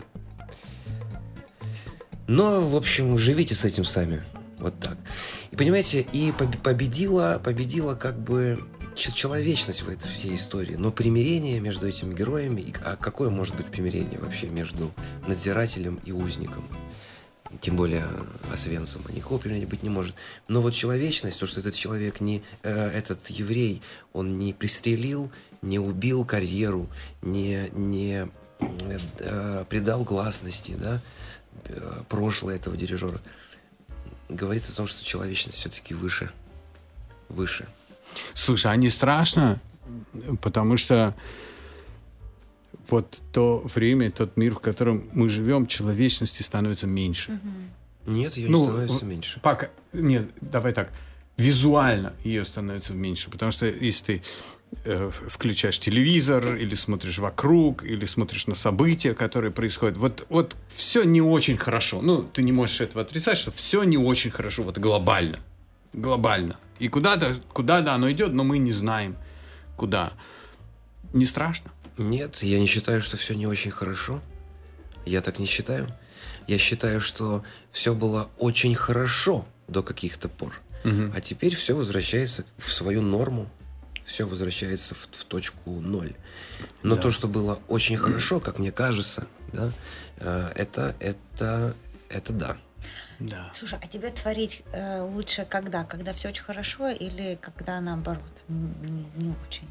Но, в общем, живите с этим сами. Вот так. И, понимаете, и победила, победила как бы человечность в этой всей истории. Но примирение между этими героями... А какое может быть примирение вообще между надзирателем и узником? Тем более Освенцим. Никакого примирения быть не может. Но вот человечность, то, что этот человек, не, э, этот еврей, он не пристрелил, не убил карьеру, не, не э, придал гласности, да, прошлое этого дирижера, говорит о том, что человечность все-таки выше. Выше. Слушай, а не страшно? Потому что вот то время, тот мир, в котором мы живем, человечности становится меньше. Нет, ее ну, не становится меньше. Пока... Нет, давай так. визуально ее становится меньше. Потому что если ты э, включаешь телевизор, или смотришь вокруг, или смотришь на события, которые происходят, вот, вот все не очень хорошо. Ну, ты не можешь этого отрицать, что все не очень хорошо, вот глобально. Глобально. И куда-то, куда-то оно идет, но мы не знаем, куда. Не страшно? Нет, я не считаю, что все не очень хорошо. Я так не считаю. Я считаю, что все было очень хорошо до каких-то пор. Угу. А теперь все возвращается в свою норму. Все возвращается в, в точку ноль. Но да. то, что было очень хорошо, как мне кажется, да, это, это, это да. Да. Слушай, а тебе творить э, лучше когда? Когда все очень хорошо или когда наоборот? Не, не очень.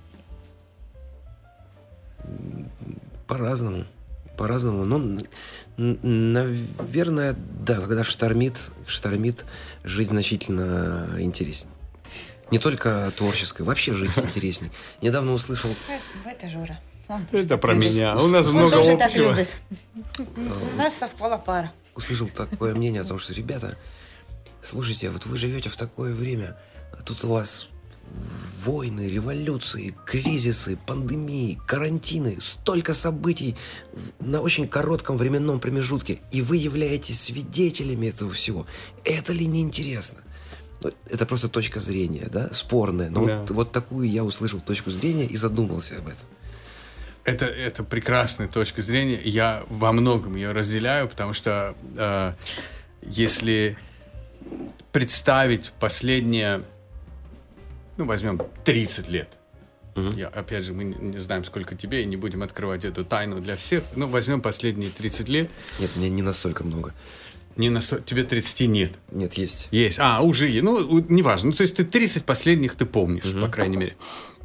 По-разному. По-разному. Но, наверное, да, когда штормит, штормит, жизнь значительно интереснее. Не только творческая, вообще жизнь интереснее. Недавно услышал... Это Жора. Он Это про любит. меня. У нас Он много тоже общего. так любит. У нас совпала пара. Услышал такое мнение о том, что, ребята, слушайте, вот вы живете в такое время, а тут у вас войны, революции, кризисы, пандемии, карантины, столько событий на очень коротком временном промежутке, и вы являетесь свидетелями этого всего. Это ли не интересно? Это просто точка зрения, да, спорная. Но да. вот, вот такую я услышал точку зрения и задумался об этом. Это, это прекрасная точка зрения. Я во многом ее разделяю, потому что э, если представить последние, ну, возьмем тридцать лет. Uh-huh. Я, опять же, мы не знаем, сколько тебе, и не будем открывать эту тайну для всех. Ну, возьмем последние тридцать лет. Нет, мне не настолько много. Не настолько... Тебе тридцати нет? Нет, есть. Есть. А, уже есть. Ну, неважно. Ну, то есть ты тридцать последних ты помнишь, uh-huh. по крайней мере.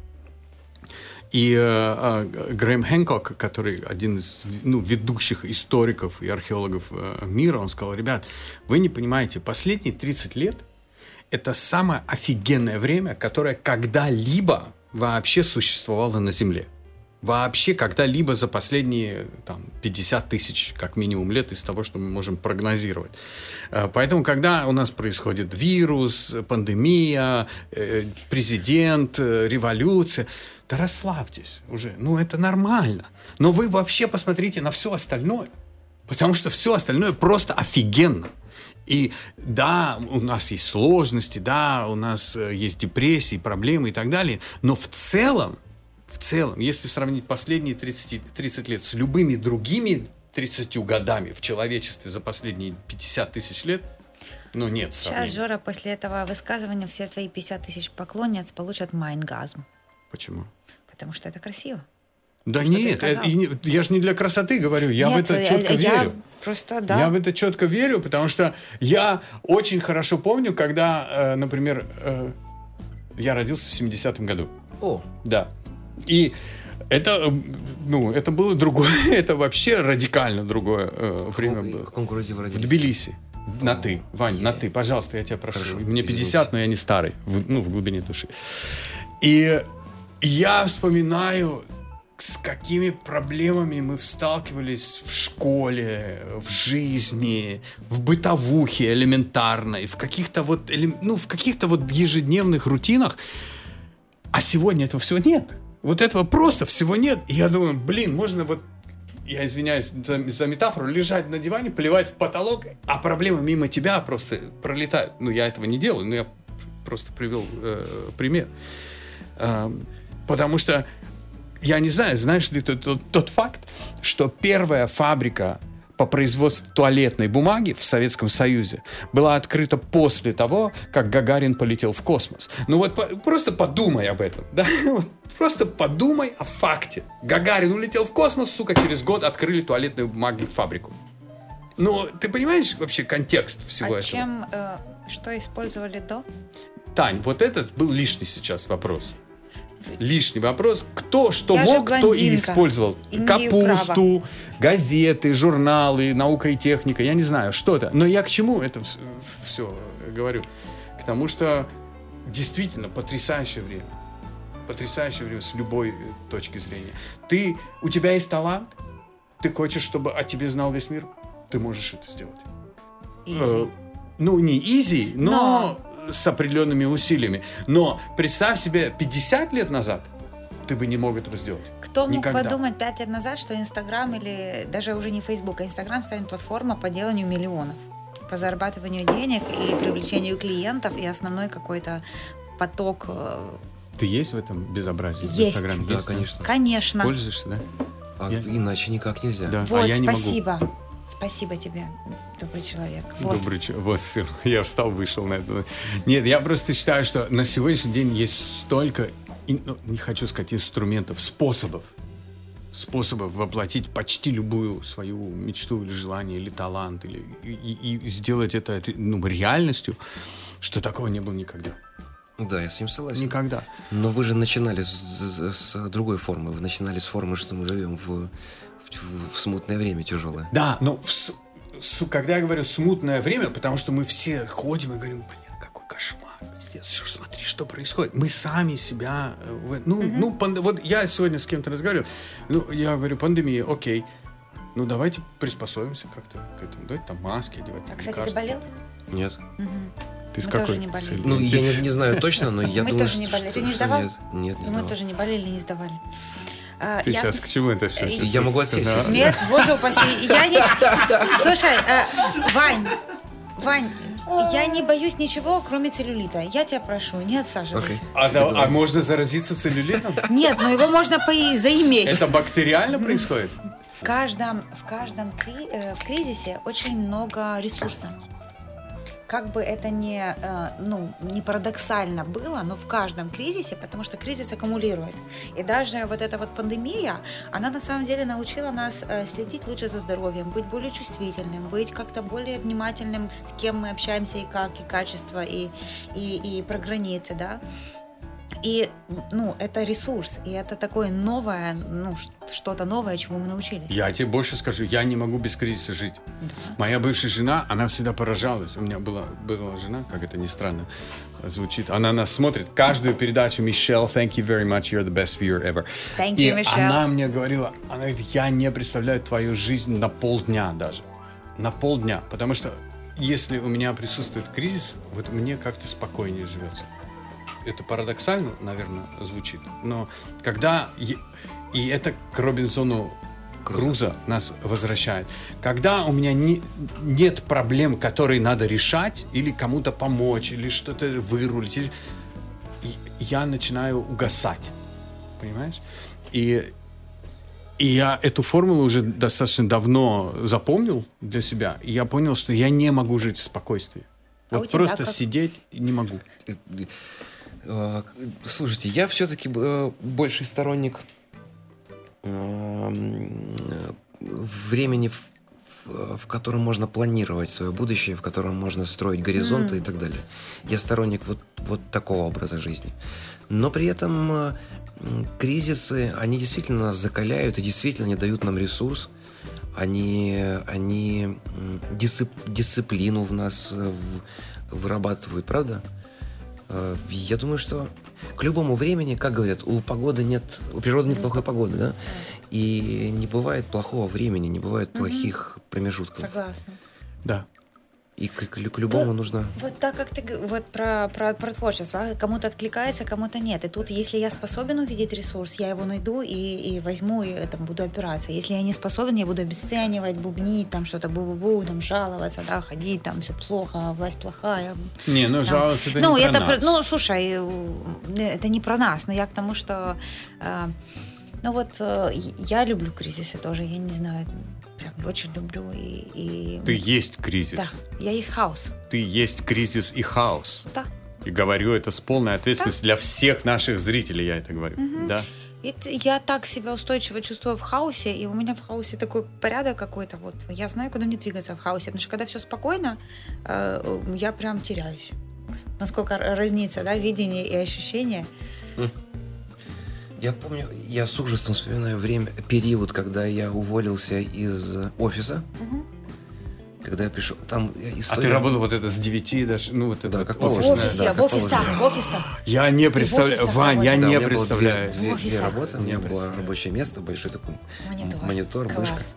И э, э, Грэм Хэнкок, который один из ну, ведущих историков и археологов э, мира, он сказал: ребят, вы не понимаете, последние тридцать лет это самое офигенное время, которое когда-либо вообще существовало на Земле. Вообще когда-либо за последние там, пятьдесят тысяч, как минимум, лет из того, что мы можем прогнозировать. Поэтому, когда у нас происходит вирус, пандемия, президент, революция, да расслабьтесь уже. Ну, это нормально. Но вы вообще посмотрите на все остальное. Потому что все остальное просто офигенно. И да, у нас есть сложности, да, у нас есть депрессии, проблемы и так далее. Но в целом, в целом, если сравнить последние тридцать, тридцать лет с любыми другими тридцатью годами в человечестве за последние пятьдесят тысяч лет, ну нет сравнения. Сейчас, Жора, после этого высказывания все твои пятьдесят тысяч поклонниц получат майнгазм. Почему? Потому что это красиво. Да что нет, я, я же не для красоты говорю, я нет, в это четко я, верю. Я просто, да. Я в это четко верю, потому что я очень хорошо помню, когда, э, например, э, я родился в семидесятом году. О, да. И это, ну, это было другое, это вообще радикально другое э, время было. В каком городе вы родились? В Тбилиси. На ты, Вань, на ты, пожалуйста, я тебя прошу. Хорошо, Мне пятьдесят, извините. но я не старый, в, ну, в глубине души. И я вспоминаю, с какими проблемами мы сталкивались в школе, в жизни, в бытовухе элементарной, в каких-то вот, ну, в каких-то вот ежедневных рутинах. А сегодня этого всего нет. Вот этого просто всего нет. И я думаю, блин, можно вот, я извиняюсь за, за метафору, лежать на диване, плевать в потолок, а проблемы мимо тебя просто пролетают. Ну, я этого не делаю, но я просто привел э, пример. Э, потому что я не знаю, знаешь ли ты тот, тот факт, что первая фабрика по производству туалетной бумаги в Советском Союзе была открыта после того, как Гагарин полетел в космос. Ну вот по, просто подумай об этом. Да? Вот, просто подумай о факте. Гагарин улетел в космос, сука, через год открыли туалетную бумагу фабрику. Ну, ты понимаешь вообще контекст всего а этого? Чем, э, что использовали до? Тань, вот этот был лишний сейчас вопрос. Лишний вопрос. Кто что Я мог, кто и использовал. Капусту, газеты, журналы, наука и техника. Я не знаю, что-то. Но я к чему это все говорю? К тому, что действительно потрясающее время. Потрясающее время с любой точки зрения. Ты, у тебя есть талант, ты хочешь, чтобы о тебе знал весь мир, ты можешь это сделать. Easy. Э, ну, не easy, но... но... с определенными усилиями. Но представь себе, пятьдесят лет назад ты бы не мог этого сделать. Кто мог Никогда. подумать пять лет назад, что Инстаграм или даже уже не Фейсбук, а Инстаграм станет платформа по деланию миллионов, по зарабатыванию денег и привлечению клиентов, и основной какой-то поток. Ты есть в этом безобразии? Есть. В Инстаграме? Да, Есть, конечно. Конечно. Пользуешься, да? А Я- иначе никак нельзя. Да. Вот, а я не спасибо. могу. Спасибо тебе, добрый человек. Вот. Добрый человек. Вот, все. Я встал, вышел на это. Нет, я просто считаю, что на сегодняшний день есть столько, ну, не хочу сказать инструментов, способов, способов воплотить почти любую свою мечту или желание, или талант, или, и, и- и сделать это ну, реальностью, что такого не было никогда. Да, я с ним согласен. Никогда. Но вы же начинали с, с- с другой формы. Вы начинали с формы, что мы живем в, в- в смутное время тяжелое. Да, но в с- с- когда я говорю смутное время, потому что мы все ходим и говорим, блин, какой кошмар, пиздец, что ж, смотри, что происходит. Мы сами себя, э, в- ну, ну, панд- вот я сегодня с кем-то разговаривал, ну, я говорю, пандемия, окей, ну, давайте приспособимся как-то к этому, давайте там маски одевать, А, кстати, ты лекарства. болел? Нет. Ты с Мы какой тоже не болели. целью? Ну, Ты я с- не, не знаю точно, но я Мы думаю, тоже не что, болели. Ты что- не что сдавал? нет. Нет, не Мы сдавал. тоже не болели, не сдавали. А, Ты я сейчас с- к чему это все? Я могу отсесть, если- Нет, боже упаси. Я не... Слушай, э, Вань, Вань, я не боюсь ничего, кроме целлюлита. Я тебя прошу, не отсаживайся. Окей. А, да- а можно заразиться целлюлитом? Нет, но его можно по- заиметь. Это бактериально происходит? В каждом, в каждом кри- э, в кризисе очень много ресурса. Как бы это ни, э, ну, не парадоксально было, но в каждом кризисе, потому что кризис аккумулирует. И даже вот эта вот пандемия, она на самом деле научила нас э, следить лучше за здоровьем, быть более чувствительным, быть как-то более внимательным, с кем мы общаемся и как, и качество, и, и, и про границы, да. И, ну, это ресурс, и это такое новое, ну, ш- что-то новое, чему мы научились. Я тебе больше скажу, я не могу без кризиса жить. Да. Моя бывшая жена, она всегда поражалась. У меня была, была жена, как это ни странно звучит. Она нас смотрит каждую передачу. Мишель, thank you very much, you're the best viewer ever. Thank И you, Michelle. она мне говорила, она говорит, я не представляю твою жизнь на полдня даже. На полдня. Потому что если у меня присутствует кризис, вот мне как-то спокойнее живется. Это парадоксально, наверное, звучит. Но когда... е- И это к Робинзону Крузо нас возвращает. Когда у меня не, нет проблем, которые надо решать, или кому-то помочь, или что-то вырулить, или- и я начинаю угасать. Понимаешь? И, и я эту формулу уже достаточно давно запомнил для себя. И я понял, что я не могу жить в спокойствии. А у Вот тебя просто как? сидеть не могу. Э, Слушайте, я все-таки э, больший сторонник эм, времени, в, в- в котором можно планировать свое будущее, в котором можно строить горизонты М. и так далее. Я сторонник вот, вот такого образа жизни. Но при этом э, м, кризисы, они действительно нас закаляют и действительно не дают нам ресурс. Они, они м, дисцип- дисциплину в нас э, в- вырабатывают, правда? Э, Я думаю, что к любому времени, как говорят, у погоды нет, у природы нет плохой погоды, да? И не бывает плохого времени, не бывает плохих промежутков. Согласна. Да. И к, к- к любому Да. нужно... Вот так как ты г- вот про, про, про творчество, а, кому-то откликается, кому-то нет. И тут, если я способен увидеть ресурс, я его найду и, и возьму, и там, буду опираться. Если я не способен, я буду обесценивать, бубнить, там что-то бу-бу-бу, там жаловаться, да, ходить, там все плохо, власть плохая. Не, ну Там. жаловаться это ну, не про это нас. Ну, слушай, э, это не про нас, но я к тому, что э, ну вот э, я люблю кризисы тоже, я не знаю, прям очень люблю. И, и... Ты есть кризис. Да, я есть хаос. Ты есть кризис и хаос. Да. И говорю это с полной ответственностью для всех наших зрителей, я это говорю. Да. И т- я так себя устойчиво чувствую в хаосе, и у меня в хаосе такой порядок какой-то. Вот я знаю, куда мне двигаться в хаосе, потому что когда все спокойно, э, я прям теряюсь. Насколько р- разнится, да, видение и ощущение. Я помню, я с ужасом вспоминаю время, период, когда я уволился из офиса. Мгм. когда я пришел, там история... А ты работал вот это с девяти даже, ну вот это Да, вот как В положено. офисе, Да, в как офисах, положено. в офисах. Я не представляю, офисах Вань, я работал? Да, у не меня было представляю. Две, две, В две офисах. работы. У меня Не было представляю. рабочее место, большой такой Монитор. монитор, Класс. мышка.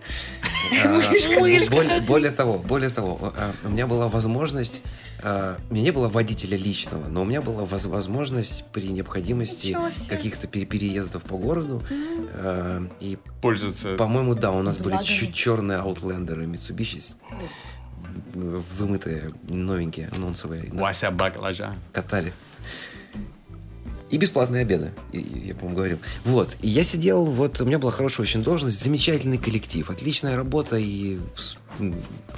А, более, более того, более того, а, у меня была возможность, а, у меня не было водителя личного, но у меня была воз- возможность при необходимости Ничего себе. каких-то пере- переездов по городу. а, И, Пользоваться. по-моему, да, у нас были Благами. чуть черные аутлендеры Mitsubishi, с- вымытые, новенькие, нонсовые. Нас Вася баклажан. катали. И бесплатные обеды, и- и я, по-моему, говорил. Вот, и я сидел, вот, у меня была хорошая очень должность, замечательный коллектив, отличная работа, и, с- м,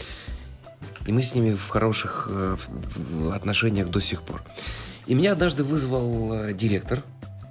и мы с ними в хороших э, в- в отношениях до сих пор. И меня однажды вызвал э, директор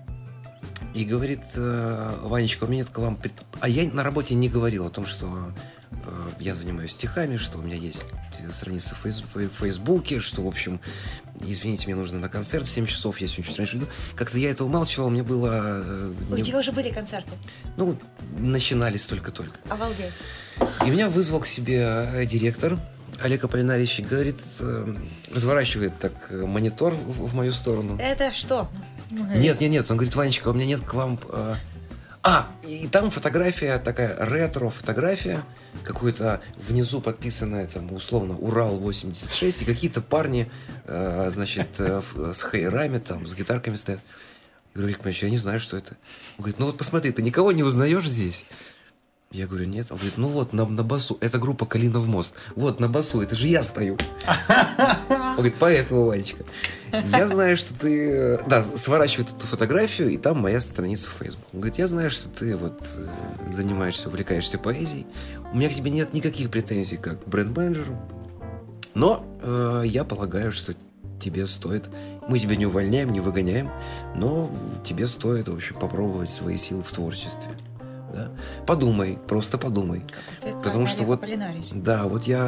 и говорит: э, Ванечка, у меня нет к вам... пред-» А я на работе не говорил о том, что э, я занимаюсь стихами, что у меня есть страница в фейс- в Фейсбуке, что, в общем, извините, мне нужно на концерт в семь часов, я сегодня чуть раньше иду. Как-то я это умалчивал, мне было... э, У мне- тебя уже были концерты? Ну, начинались только-только. Обалдеть. И меня вызвал к себе э, директор Олег Аполлинарьевич и говорит, э, разворачивает так э, монитор в, в мою сторону. Это что? Нет, нет, нет, он говорит: Ванечка, у меня нет к вам... э, А, и там фотография, такая ретро-фотография, какой-то внизу подписанная, там, условно, Урал восемьдесят шесть, и какие-то парни, э, значит, э, в- с хейрами, там, с гитарками стоят. Я говорю: Олег Павлович, я не знаю, что это. Он говорит: ну вот посмотри, ты никого не узнаешь здесь? Я говорю: нет. Он говорит: ну вот, на, на басу, это группа «Калинов мост». Вот, на басу, это же я стою. Он говорит: поэтому, Ванечка, я знаю, что ты... Да, сворачивает эту фотографию, и там моя страница в Facebook. Он говорит: я знаю, что ты вот э, занимаешься, увлекаешься поэзией. У меня к тебе нет никаких претензий как к бренд-менеджеру. Но э, я полагаю, что тебе стоит... Мы тебя не увольняем, не выгоняем, но тебе стоит, в общем, попробовать свои силы в творчестве. Да? Подумай, просто подумай. Потому что вот... Да, вот я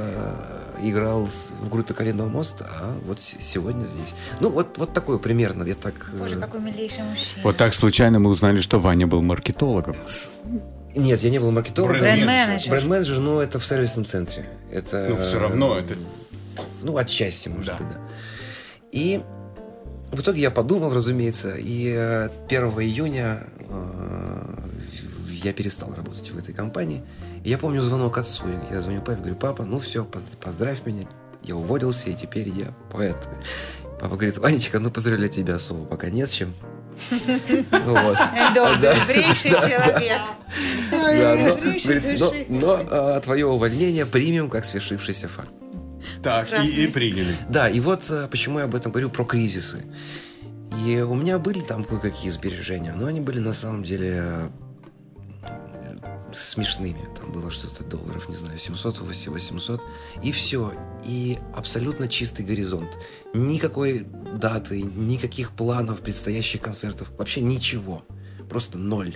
э, играл с- в группе «Калиного моста», а вот с- сегодня здесь. Ну, вот, вот такое примерно. Я так... э, Боже, какой милейший мужчина. Вот так случайно мы узнали, что Ваня был маркетологом. Нет, я не был маркетологом. Бренд-менеджер. Бренд-менеджер, но это в сервисном центре. Это, Ну, все равно это... Ну, отчасти, может Да. быть, да. И в итоге я подумал, разумеется, и э, первого июня э, я перестал работать в этой компании. И я помню звонок отцу. Я звоню папе, говорю: папа, ну все, поз- поздравь меня. Я уволился, и теперь я поэт. Папа говорит: Ванечка, ну поздравляю тебя особо пока не с чем. Ну вот. Добрейший человек. Да, но, Добрейшей говорит, но, души. но, а, твое увольнение примем как свершившийся факт. Так, и, и приняли. Да, и вот а, почему я об этом говорю, про кризисы. И у меня были там кое-какие сбережения, но они были на самом деле а, смешными. Там было что-то долларов, не знаю, семьсот, восемьсот. И все. И абсолютно чистый горизонт. Никакой даты, никаких планов предстоящих концертов. Вообще ничего. Просто ноль.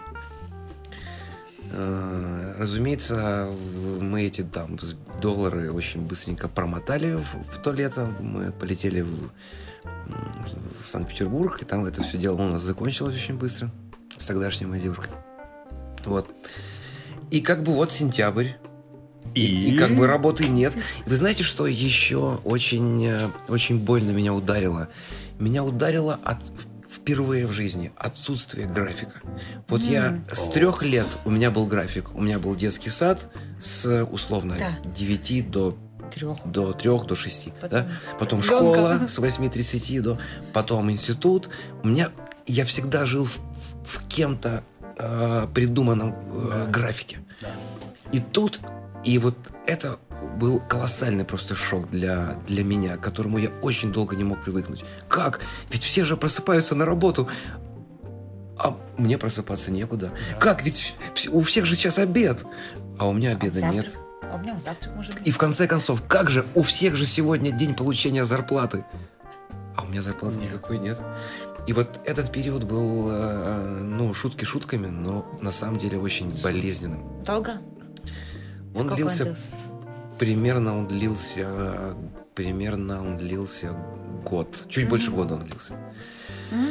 Э, Разумеется, в- мы эти там с- доллары очень быстренько промотали в, в то лето. Мы полетели в, м, в Санкт-Петербург, и там это все дело у нас закончилось очень быстро с тогдашней моей девушкой. Вот. И как бы вот сентябрь, и, и как бы работы нет. И вы знаете, что еще очень, э, очень больно меня ударило? Меня ударило от, впервые в жизни отсутствие графика. Вот я с трех лет у меня был график. У меня был детский сад с условно Да. девяти до Трех. до трех, до шести. Потом Да? Потом гонка. школа с восьми тридцати до... Потом институт. У меня... Я всегда жил в, в кем-то э, придуманном э, графике. И тут... И вот это был колоссальный просто шок для, для меня, к которому я очень долго не мог привыкнуть. Как? Ведь все же просыпаются на работу, а мне просыпаться некуда. Как? Ведь вс- у всех же сейчас обед, а у меня обеда Завтрак. нет. А у меня завтрак может быть. И в конце концов, как же у всех же сегодня день получения зарплаты, а у меня зарплаты никакой нет. И вот этот период был, э, ну, шутки шутками, но на самом деле очень болезненным. Долго? Он Сколько длился, он длился? примерно он длился, примерно он длился год, чуть больше года он длился. М?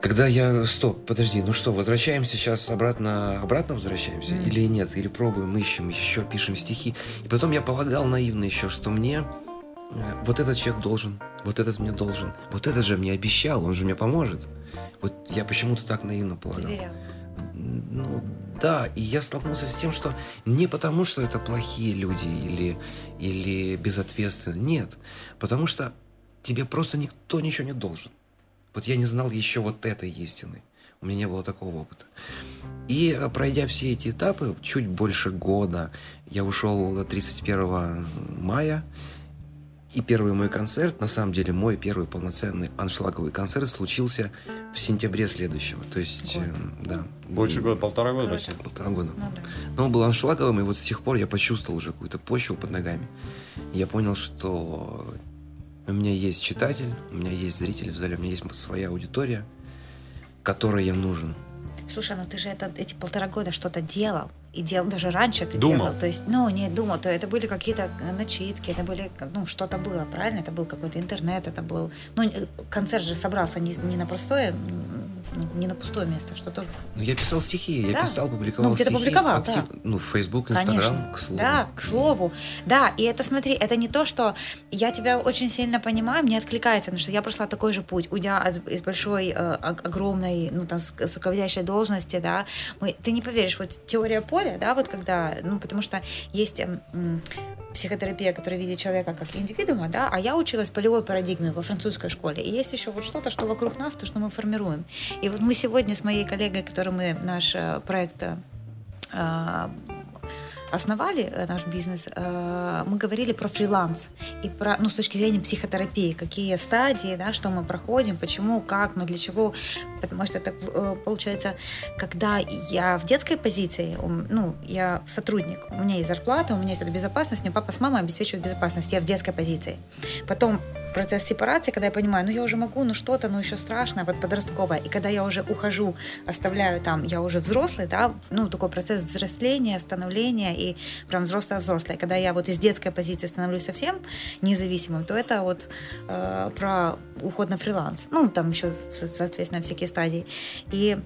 Когда я... Стоп, подожди, ну что, возвращаемся сейчас обратно, обратно возвращаемся? Mm. Или нет? Или пробуем, ищем, еще пишем стихи. И потом я полагал наивно еще, что мне вот этот человек должен, вот этот мне должен, вот этот же мне обещал, он же мне поможет. Вот я почему-то так наивно полагал. Доверял. Ну, да, и я столкнулся с тем, что не потому, что это плохие люди или, или безответственные, нет, потому что тебе просто никто ничего не должен. Вот я не знал еще вот этой истины, у меня не было такого опыта. И пройдя все эти этапы, чуть больше года, я ушел тридцать первого мая, и первый мой концерт, на самом деле мой первый полноценный аншлаговый концерт случился в сентябре следующего. То есть, э, да. Больше года, полтора года почти. Полтора года. Ну, да. Но он был аншлаговым, и вот с тех пор я почувствовал уже какую-то почву под ногами. Я понял, что у меня есть читатель, у меня есть зритель в зале, у меня есть своя аудитория, которой я нужен. Слушай, ну ты же это, эти полтора года что-то делал. И делал даже раньше ты думал. делал. То есть, ну, не думал, то это были какие-то начитки, это были, ну, что-то было, правильно? Это был какой-то интернет, это был... Ну, концерт же собрался не, не на простое, не на пустое место, что тоже... Ну, я писал стихи, я да. писал, публиковал ну, стихи. Ну, публиковал, актив... да. Ну, в Facebook, Instagram, к слову. Да, к слову. Да, и это, смотри, это не то, что я тебя очень сильно понимаю, мне откликается, потому что я прошла такой же путь, уйдя из большой, огромной, ну, там, с руководящей должности, да. Мы, ты не поверишь, вот теория поля, да, вот когда, ну, потому что есть м, психотерапия, которая видит человека как индивидуума, да, а я училась полевой парадигме во французской школе. И есть еще вот что-то, что вокруг нас, то, что мы формируем. И вот мы сегодня с моей коллегой, который мы наш проект э, основали, наш бизнес, э, мы говорили про фриланс и про, ну, с точки зрения психотерапии, какие стадии, да, что мы проходим, почему, как, ну, для чего, потому что так э, получается, когда я в детской позиции, ну, я сотрудник, у меня есть зарплата, у меня есть безопасность, мне папа с мамой обеспечивают безопасность, я в детской позиции. Потом процесс сепарации, когда я понимаю, ну, я уже могу, ну, что-то, ну, еще страшно, вот подростковое, и когда я уже ухожу, оставляю там, я уже взрослый, да, ну, такой процесс взросления, становления, и прям взрослая-взрослая. Когда я вот из детской позиции становлюсь совсем независимым, то это вот э, про уход на фриланс. Ну, там еще, соответственно, всякие стадии. И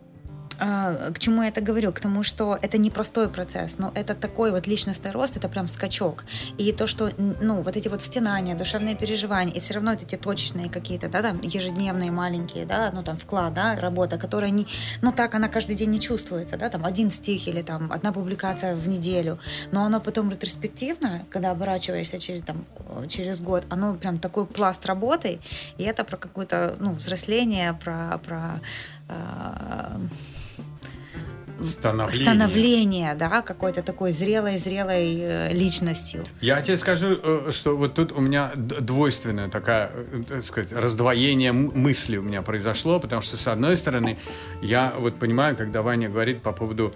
э, к чему я это говорю? К тому, что это непростой процесс, но это такой вот личностный рост, это прям скачок. И то, что, ну, вот эти вот стенания, душевные переживания, и все равно это эти точечные какие-то, да, там, ежедневные маленькие, да, ну, там, вклад, да, работа, которая не, ну, так она каждый день не чувствуется, да, там, один стих или там одна публикация в неделю, но оно потом ретроспективно, когда оборачиваешься через, там, через год, оно прям такой пласт работы, и это про какое-то, ну, взросление, про, про э, Становление. становление, да, какой-то такой зрелой-зрелой э, личностью. Я тебе скажу, что вот тут у меня двойственная такая, так сказать, раздвоение мысли у меня произошло, потому что, с одной стороны, я вот понимаю, когда Ваня говорит по поводу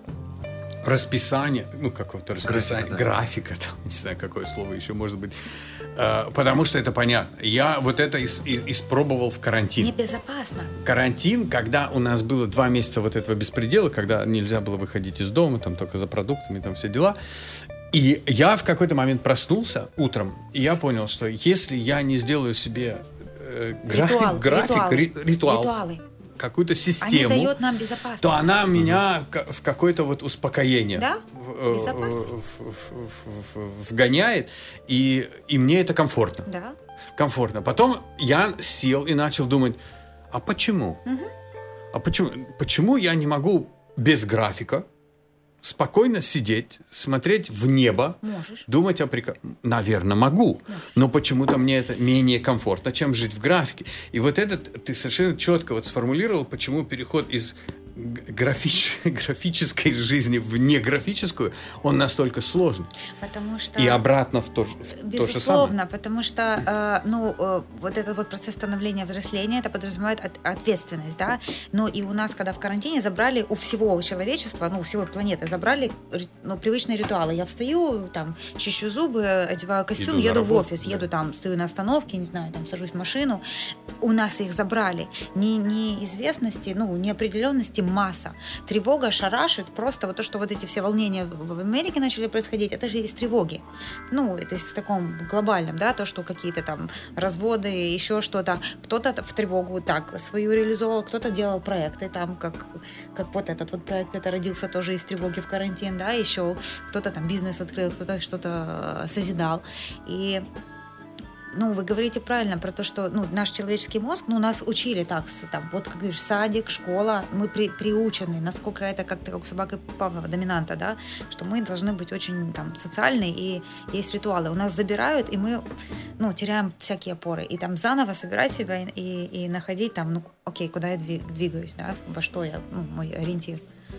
расписания, ну, какого-то расписания, графика, да. графика там, не знаю, какое слово еще может быть, э, потому что это понятно. Я вот это ис- ис- испробовал в карантин. Небезопасно. Карантин, когда у нас было два месяца вот этого беспредела, когда нельзя было выходить из дома, там только за продуктами, там все дела. И я в какой-то момент проснулся утром, и я понял, что если я не сделаю себе э, график, Ритуал, график, ритуалы, ри- ритуал, ритуалы. какую-то систему, Они дают нам безопасность. то она меня в какое-то вот успокоение да? в, безопасность. В, в, в, вгоняет, и, и мне это комфортно. Да. Комфортно. Потом я сел и начал думать, а почему? Угу. А почему, почему я не могу без графика спокойно сидеть, смотреть в небо, Можешь. думать о прекрасном? Наверное, могу. Можешь. Но почему-то мне это менее комфортно, чем жить в графике. И вот этот ты совершенно четко вот сформулировал, почему переход из графич... графической жизни в неграфическую, он настолько сложный. Потому что... И обратно в то, в то же самое. Безусловно, потому что, э, ну, э, вот этот вот процесс становления, взросления, это подразумевает от, ответственность, да, но и у нас, когда в карантине, забрали у всего человечества, ну, у всего планеты, забрали, ну, привычные ритуалы. Я встаю, там, чищу зубы, одеваю костюм, Иду еду в работу, офис, да. еду там, стою на остановке, не знаю, там, сажусь в машину. У нас их забрали. Ни, неизвестности, ну, неопределенности новостей масса. Тревога шарашит, просто вот то, что вот эти все волнения в Америке начали происходить, это же из тревоги. Ну, это в таком глобальном, да, то, что какие-то там разводы, еще что-то. Кто-то в тревогу так свою реализовал, кто-то делал проекты там, как, как вот этот вот проект, это родился тоже из тревоги в карантин, да, еще кто-то там бизнес открыл, кто-то что-то созидал. И ну, вы говорите правильно про то, что ну, наш человеческий мозг, ну, нас учили так, там, вот, как говоришь, садик, школа, мы при, приучены, насколько это как-то как у собаки Павлова, доминанта, да, что мы должны быть очень там социальны, и есть ритуалы. У нас забирают, и мы, ну, теряем всякие опоры. И там заново собирать себя и, и находить там, ну, окей, куда я двигаюсь, да, во что я, ну, мой ориентир.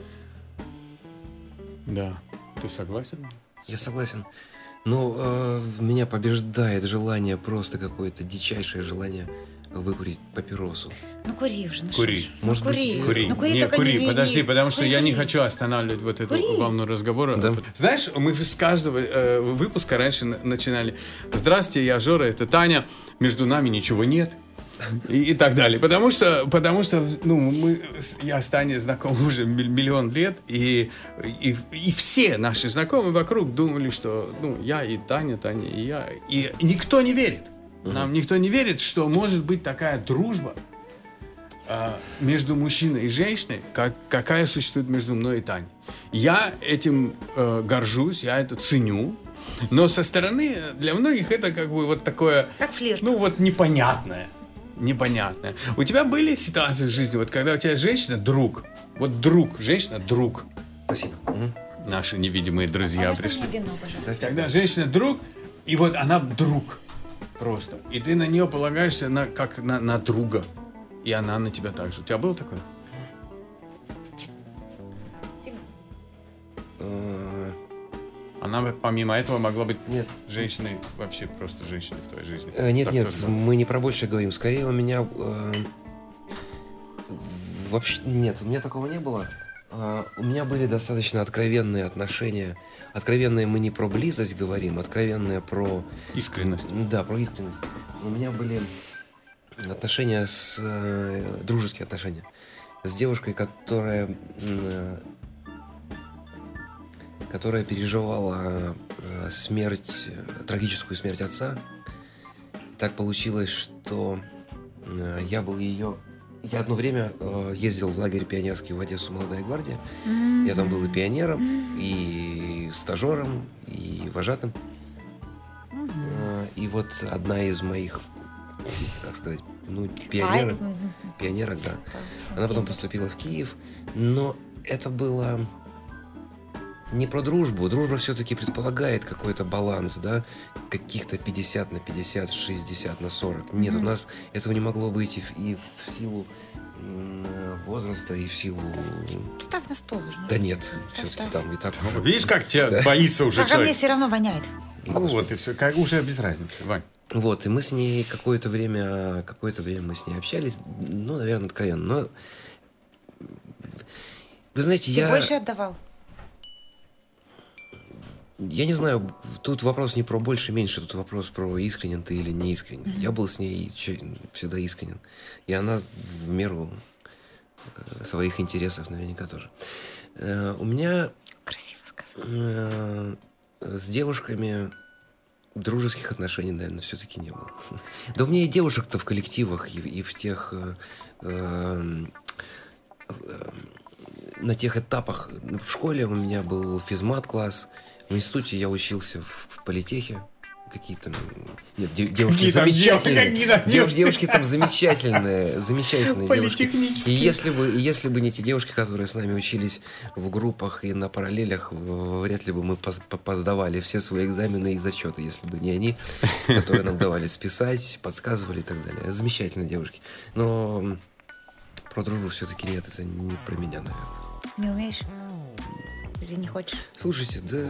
Да. Ты согласен? Я согласен. Но э, меня побеждает желание, просто какое-то дичайшее желание выкурить папиросу. Ну кури уже, ну кури. Что ж? Может ну, быть, кури. Кури. Ну, кури, не, кури, не, подожди, не, потому что кури, я кури. не хочу останавливать вот эту Кури. волну разговора. Да. Знаешь, мы с каждого э, выпуска раньше начинали: «Здравствуйте, я Жора, это Таня, между нами ничего нет». И, и так далее. Потому что, потому что ну, мы, я с Таней знаком уже миллион лет, и, и, и все наши знакомые вокруг думали, что ну, я и Таня, Таня и я. И никто не верит. Нам никто не верит, что может быть такая дружба э, между мужчиной и женщиной, как, какая существует между мной и Таней. Я этим э, горжусь, я это ценю. Но со стороны для многих это как бы вот такое... Как флирт. Ну вот непонятное. Непонятное. У тебя были ситуации в жизни, вот когда у тебя женщина друг, вот друг, женщина друг. Спасибо. Угу. Наши невидимые друзья а пришли. Вино, пожалуйста. Когда женщина друг, и вот она друг просто, и ты на нее полагаешься на, как на, на друга, и она на тебя так же. У тебя было такое? Она помимо этого могла быть Нет. женщиной, вообще просто женщиной в твоей жизни. Э, Нет, Так нет, тоже, да? мы не про большее говорим. Скорее у меня... э, вообще... Нет, у меня такого не было. Э, у меня были достаточно откровенные отношения. Откровенные мы не про близость говорим, откровенные про... Искренность. Да, про искренность. У меня были отношения с... э, дружеские отношения. С девушкой, которая... э, которая переживала э, смерть, э, трагическую смерть отца. Так получилось, что э, я был ее... Я одно время э, ездил в лагерь пионерский в Одессу, «Молодая гвардия». Mm-hmm. Я там был и пионером, mm-hmm. и стажером, и вожатым. Mm-hmm. Э, и вот одна из моих, как сказать, ну, пионерок, mm-hmm. пионерок, да. Mm-hmm. Она потом поступила в Киев, но это было... Не про дружбу. Дружба все-таки предполагает какой-то баланс, да, каких-то пятьдесят на пятьдесят, шестьдесят на сорок. Нет, mm-hmm. у нас этого не могло быть и в, и в силу возраста, и в силу... Ставь на стол уже. Да нет, все-таки там и так... Видишь, как тебя да. боится уже так, человек? А мне все равно воняет. Ну вот, и все. Как, уже без разницы, Вань. Вот, и мы с ней какое-то время, какое-то время мы с ней общались, ну, наверное, откровенно. Но, вы знаете, Ты я... Ты больше отдавал? Я не знаю, тут вопрос не про больше-меньше, тут вопрос про искренен ты или не искренен. Mm-hmm. Я был с ней всегда искренен. И она в меру своих интересов наверняка тоже. У меня... Красиво сказано. С девушками дружеских отношений, наверное, все-таки не было. Да у меня и девушек-то в коллективах, и, и в тех... На тех этапах. В школе у меня был физмат-класс. В институте я учился в политехе. Какие-то... Нет, девушки какие замечательные. Там девушки, девушки там замечательные. Замечательные девушки. И если бы, если бы не те девушки, которые с нами учились в группах и на параллелях, вряд ли бы мы поздавали все свои экзамены и зачеты, если бы не они, которые нам давали списать, подсказывали и так далее. Замечательные девушки. Но про дружбу все-таки нет. Это не про меня, наверное. Не умеешь? Или не хочешь? Слушайте, да...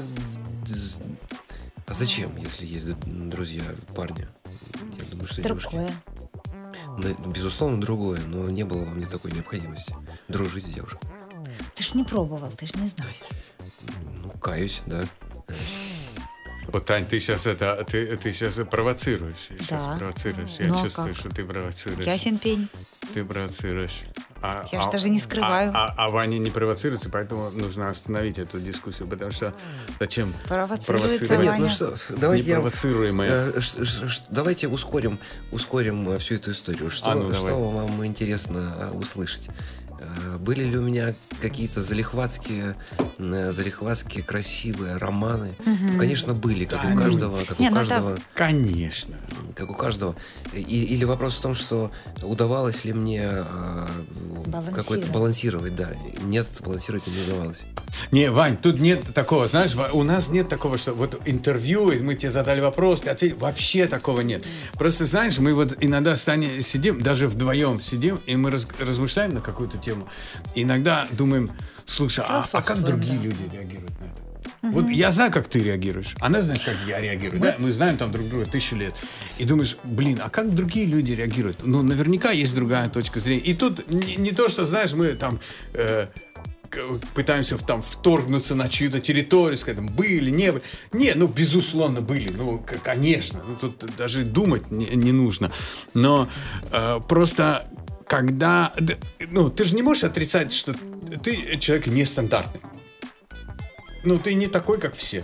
А зачем, если есть друзья парня? Я думаю, что другое. Девушки... Безусловно, другое, но не было во мне такой необходимости дружить с девушкой. Ты ж не пробовал, ты ж не знаешь. Ну, каюсь, да. Вот, Тань, ты сейчас это, ты, ты сейчас провоцируешь. Да. Сейчас провоцируешь. Я ну, чувствую, как? что ты провоцируешь. Ясен пень. Ты провоцируешь. А, Я а, же даже не скрываю. А, а, а Ваня не провоцируется, поэтому нужно остановить эту дискуссию, потому что зачем Провоцируется Да Ваня. нет, ну что, давайте я, непровоцируемое. э, ш- ш- ш- давайте ускорим, ускорим э, всю эту историю. Что, А, ну, что давай. вам интересно э, услышать? Э, Были ли у меня какие-то залихватские, э, залихватские красивые романы? Ну, конечно, были, как Да, у ну, каждого, как не, у ну, каждого. Конечно. Как у каждого. И- или вопрос в том, что удавалось ли мне э, Балансировать. какой-то балансировать, да. Нет, балансировать мне не удавалось. Не, Вань, тут нет такого, знаешь, Ва- у нас нет такого, что вот интервью, и мы тебе задали вопрос, ты ответил. Вообще такого нет. Просто, знаешь, мы вот иногда станем, сидим, даже вдвоем сидим, и мы раз- размышляем на какую-то тему. Иногда думаем, слушай, а, а как Философствуем, другие да. люди реагируют на это? Вот я знаю, как ты реагируешь, она знает, как я реагирую. Да? Мы знаем там друг друга тысячу лет. И думаешь, блин, а как другие люди реагируют? Ну, наверняка есть другая точка зрения. И тут не, не то, что, знаешь, мы там э, к- пытаемся в- там вторгнуться на чью-то территорию, сказать, там, были, не были. Не, ну, безусловно, были. Ну, к- конечно. Ну, тут даже думать не, не нужно. Но э, просто когда... д- Ну, ты же не можешь отрицать, что ты человек нестандартный. Ну, ты не такой, как все.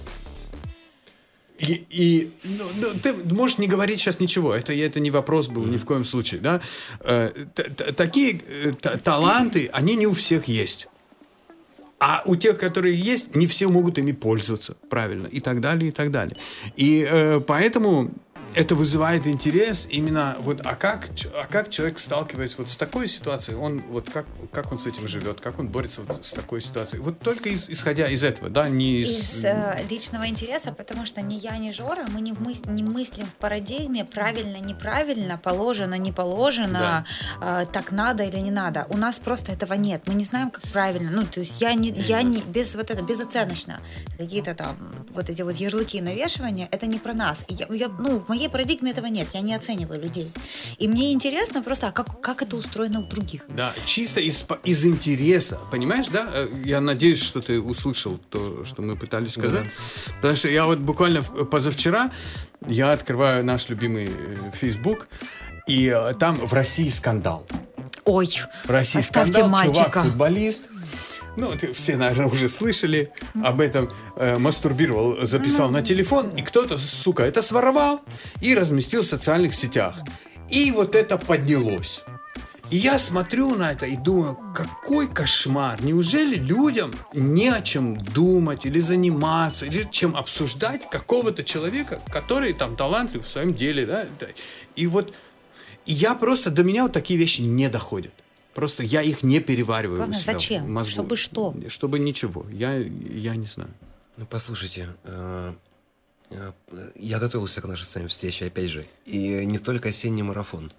И, и ну, ну, ты можешь не говорить сейчас ничего. Это, это не вопрос был ни в коем случае. Да? Э, т- т- такие э, т- таланты, они не у всех есть. А у тех, которые есть, не все могут ими пользоваться правильно. И так далее, и так далее. И э, поэтому это вызывает интерес именно вот, а как, ч- а как человек сталкивается вот с такой ситуацией, он вот как, как он с этим живет, как он борется вот с такой ситуацией. Вот только из- исходя из этого, да, не из... Из э, личного интереса, потому что ни я, ни Жора, мы не, мыс- не мыслим в парадигме правильно, неправильно, положено, не положено, э, так надо или не надо. У нас просто этого нет. Мы не знаем, как правильно. Ну, то есть я не, я не без вот это, безоценочно. Какие-то там вот эти вот ярлыки навешивания, это не про нас. И Я, я, ну, в моей парадигме этого нет. Я не оцениваю людей. И мне интересно просто, а как, как это устроено у других. Да, чисто из, по- из интереса, понимаешь, да? Э, Я надеюсь, что ты услышал то, что мы пытались сказать. Потому что я вот буквально в- позавчера я открываю наш любимый э, Facebook, и э, там в России скандал. Ой, В России оставьте скандал, мальчика. чувак футболист. Ну, это все, наверное, уже слышали об этом. Э, мастурбировал, записал на телефон, и кто-то, сука, это своровал и разместил в социальных сетях. И вот это поднялось. И я смотрю на это и думаю, какой кошмар. Неужели людям не о чем думать или заниматься, или чем обсуждать какого-то человека, который там талантлив в своем деле, да? Да. И вот и я просто, до меня вот такие вещи не доходят. Просто я их не перевариваю. Главное, у себя зачем? в мозгу. Чтобы что? Чтобы ничего. Я, я не знаю. Ну, послушайте, э, э, я готовился к нашей с вами встрече, опять же, и не только осенний марафон.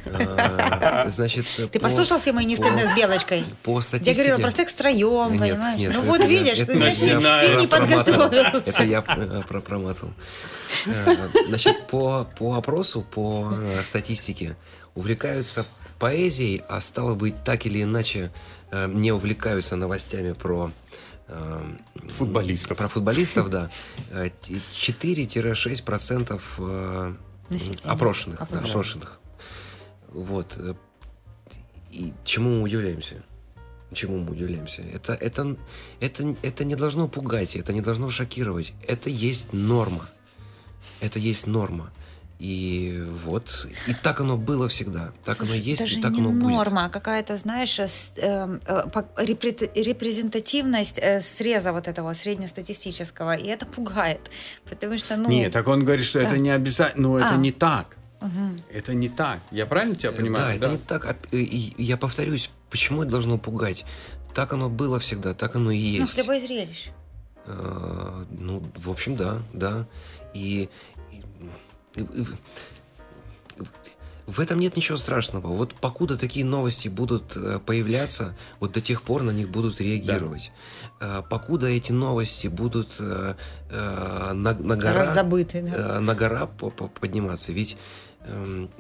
Э, Значит, Ты по- послушался мои нестыдно с Белочкой? По Я статистике... говорила про секс втроем, Нет, понимаешь? нет, ну это вот я- видишь, это ты, значит, я ты не проматывал. подготовился. Это я э, про- проматывал. Э, Значит, по, по опросу, по э, статистике, увлекаются поэзией, а стало быть, так или иначе э, не увлекаются новостями про э, Футболистов. Про футболистов, да. Э, четыре-шесть процентов э, Населения. опрошенных. Да, Опрошенных. опрошенных. Вот. э, И чему мы удивляемся? Чему мы удивляемся? Это, это, это, это не должно пугать, это не должно шокировать. Это есть норма. Это есть норма. И вот, и так оно было всегда. Так оно есть, Даже и так не оно будет. норма, а какая-то, знаешь, с- э, э, по- репре- репрезентативность э, среза вот этого среднестатистического, и это пугает, потому что, ну... Нет, так он говорит, что Да. это не обязательно, ну это А. не так. Мгм. Это не так. Я правильно тебя Э, понимаю? Да, это не так. А, э, и Я повторюсь, почему это должно пугать? Так оно было всегда, так оно и Ну, есть. хлеба и зрелищ. Э, Ну, в общем, да, да. И, и- и- и- в этом нет ничего страшного. Вот покуда такие новости будут э, появляться, вот до тех пор на них будут реагировать. Э, Покуда эти новости будут э, э, на, на гора, Раздобытый, да. э, на гора по- по- подниматься. Ведь эм,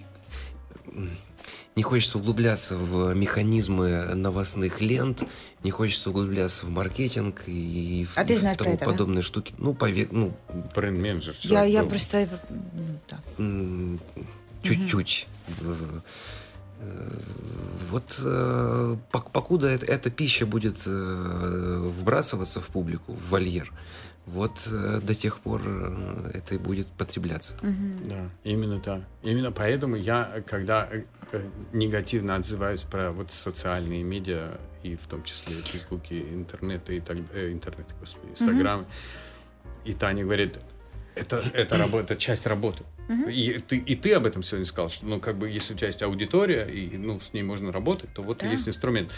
не хочется углубляться в механизмы новостных лент, не хочется углубляться в маркетинг и в, А ты и в знаешь про тому это, да? подобные штуки. Ну, пове- ну Бренд-менеджер. Я, человек я был. просто... ну, да. м, чуть-чуть. В- Вот э, покуда это, эта пища будет э, вбрасываться в публику, в вольер, вот э, до тех пор э, это и будет потребляться. Угу. Да, именно так. Именно поэтому я, когда э, негативно отзываюсь про вот социальные медиа, и в том числе Фейсбук, и интернет, и так, э, интернет, господи, Инстаграм, угу. и Таня говорит, это, это работа, это часть работы. Uh-huh. И, ты, и ты об этом сегодня сказал, что ну, как бы, если у тебя есть аудитория, и ну, с ней можно работать, то вот да. есть инструмент.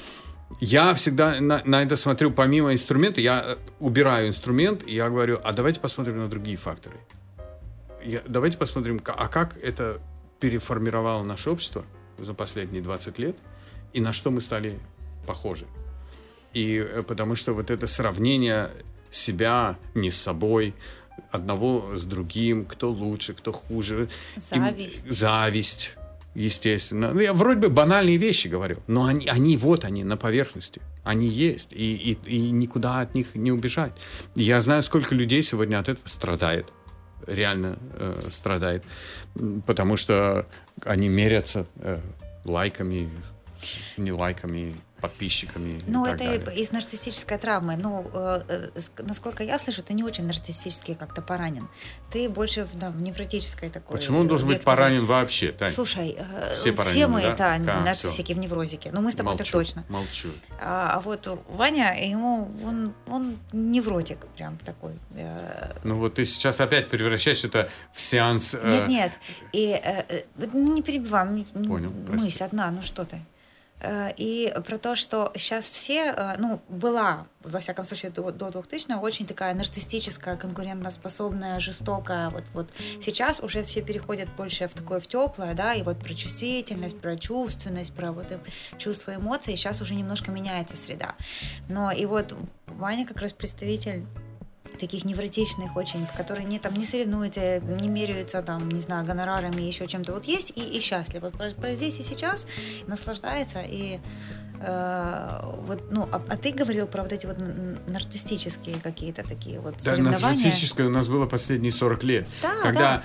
Я всегда на, на это смотрю, помимо инструмента, я убираю инструмент, и я говорю, а давайте посмотрим на другие факторы. Я, давайте посмотрим, а как это переформировало наше общество за последние двадцать лет, и на что мы стали похожи. И потому что вот это сравнение себя не с собой, одного с другим, кто лучше, кто хуже. Зависть. И, зависть, естественно. Ну, я вроде бы банальные вещи говорю, но они, они вот они, на поверхности. Они есть, и, и, и никуда от них не убежать. И я знаю, сколько людей сегодня от этого страдает. Реально э, страдает. Потому что они мерятся э, лайками, не лайками, подписчиками. Ну, и это так далее. Из нарциссической травмы. Ну, э, э, насколько я слышу, ты не очень нарциссически как-то поранен. Ты больше да, в невротической такой. Почему он должен векторе. быть поранен вообще, Тань? Слушай, э, все, все мы, да, да, да нарциссики в неврозике. Но мы с тобой молчу, так точно. Молчу. А, а вот Ваня, ему, он, он невротик прям такой. Э, ну, вот ты сейчас опять превращаешь это в сеанс... Э... Нет, нет. И э, не перебивай. Понял, мысль прости. одна, ну что ты. И про то, что сейчас все, ну, была, во всяком случае, до, до двухтысячных очень такая нарциссическая, конкурентоспособная, жестокая. Вот, вот сейчас уже все переходят больше в такое, в теплое, да, и вот про чувствительность, про чувственность, про вот чувства, эмоции. Сейчас уже немножко меняется среда. Но и вот Ваня как раз представитель таких невротичных очень, которые не, там, не соревнуются, не меряются, там, не знаю, гонорарами, еще чем-то. Вот есть и, и счастлив. Вот про, про здесь и сейчас наслаждается. И э, вот, ну, а, а ты говорил про вот эти вот нарциссические какие-то такие вот да, соревнования. Нарциссическое у нас было последние сорок лет. Да, когда да.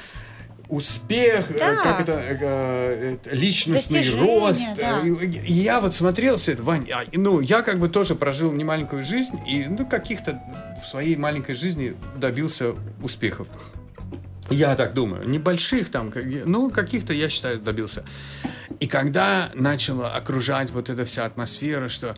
успех, да. как это, э, личностный достижения, рост. Да. И я вот смотрел все это, Вань, ну, я как бы тоже прожил немаленькую жизнь, и, ну, каких-то в своей маленькой жизни добился успехов. Я так думаю. Небольших там, ну, каких-то, я считаю, добился. И когда начала окружать вот эта вся атмосфера, что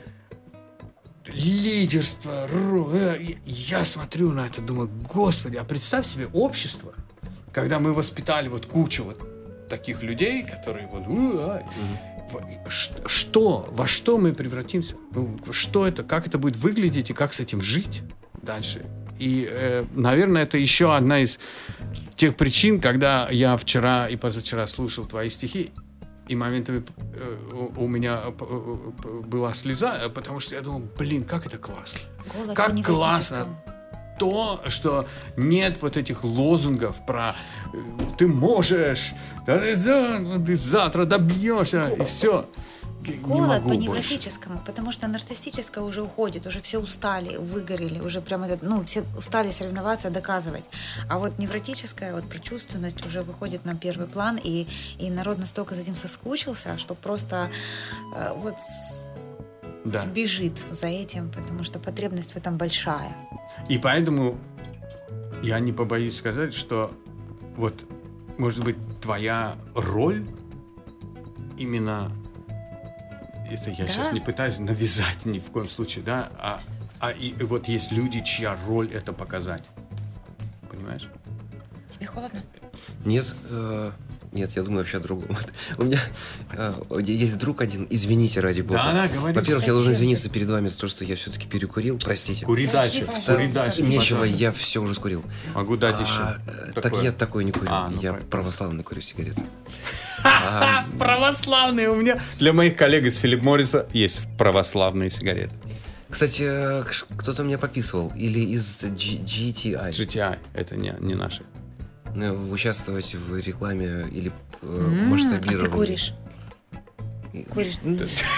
лидерство, я смотрю на это, думаю, господи, а представь себе общество, когда мы воспитали вот кучу вот таких людей, которые вот... Mm-hmm. Что? Во что мы превратимся? Ну, что это? Как это будет выглядеть и как с этим жить дальше? И, э, наверное, это еще одна из тех причин, когда я вчера и позавчера слушал твои стихи, и моментами э, у меня была слеза, потому что я думал, блин, как это классно. Голод как классно. То, что нет вот этих лозунгов про «ты можешь», «ты завтра добьешься», и все. Голод по невротическому, потому что нарциссическое уже уходит, уже все устали, выгорели, уже прям это, ну, все устали соревноваться, доказывать. А вот невротическая, вот прочувственность уже выходит на первый план, и, и народ настолько за этим соскучился, что просто э, вот да. бежит за этим, потому что потребность в этом большая. И поэтому я не побоюсь сказать, что вот, может быть, твоя роль именно, это я да. сейчас не пытаюсь навязать ни в коем случае, да, а, а и, и вот есть люди, чья роль это показать. Понимаешь? Тебе холодно? Нет, э, нет, я думаю вообще о другом. У меня э, есть друг один, извините ради бога. Да, да, говори. Во-первых, я должен извиниться перед вами за то, что я все-таки перекурил, простите. Кури дальше, кури дальше. Нечего, я все уже скурил. Могу дать а, еще. Так я такой не курю, а, ну, я понятно. православный курю сигареты. Православные у меня. Для моих коллег из Филипп Морриса есть православные сигареты. Кстати, кто-то меня подписывал. Или из джи ти ай. джи ти ай, это не, не наши. Ну, участвовать в рекламе или mm, масштабировании. А ты куришь? Куришь?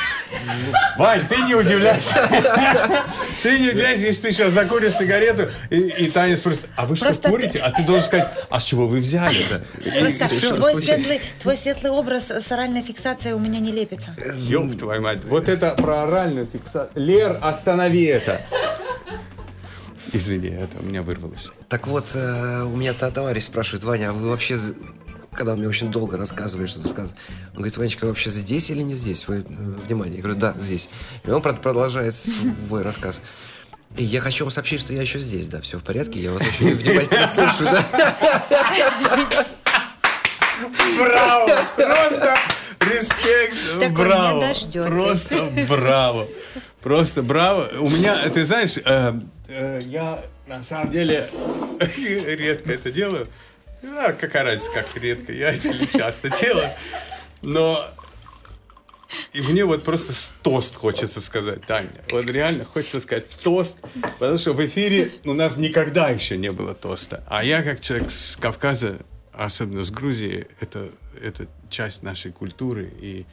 Вань, ты не удивляйся. Ты не удивляйся, если ты сейчас закуришь сигарету, и, и Таня спросит, а вы что, просто курите? Ты... А ты должен сказать, а с чего вы взяли? Просто твой светлый, твой светлый образ с оральной фиксацией у меня не лепится. Ёб твою мать. Вот это про оральную фиксацию. Лер, останови это. Извини, это у меня вырвалось. Так вот, э, у меня товарищ спрашивает, Ваня, а вы вообще, когда он мне очень долго рассказывает, что-то сказать, он говорит, Ванечка, вы вообще здесь или не здесь? Вы, внимание. Я говорю, да, здесь. И он продолжает свой рассказ. И я хочу вам сообщить, что я еще здесь, да, все в порядке, я вас очень внимательно слушаю, да? Браво! Просто респект! Такой браво! не дождётесь. Просто браво! Просто браво! У меня, ты знаешь, э, э, я на самом деле редко это делаю. А, какая разница, как редко, я это не часто делаю. Но и мне вот просто тост хочется сказать, Таня. Вот реально хочется сказать тост, потому что в эфире у нас никогда еще не было тоста. А я, как человек с Кавказа, особенно с Грузии, это, это часть нашей культуры. И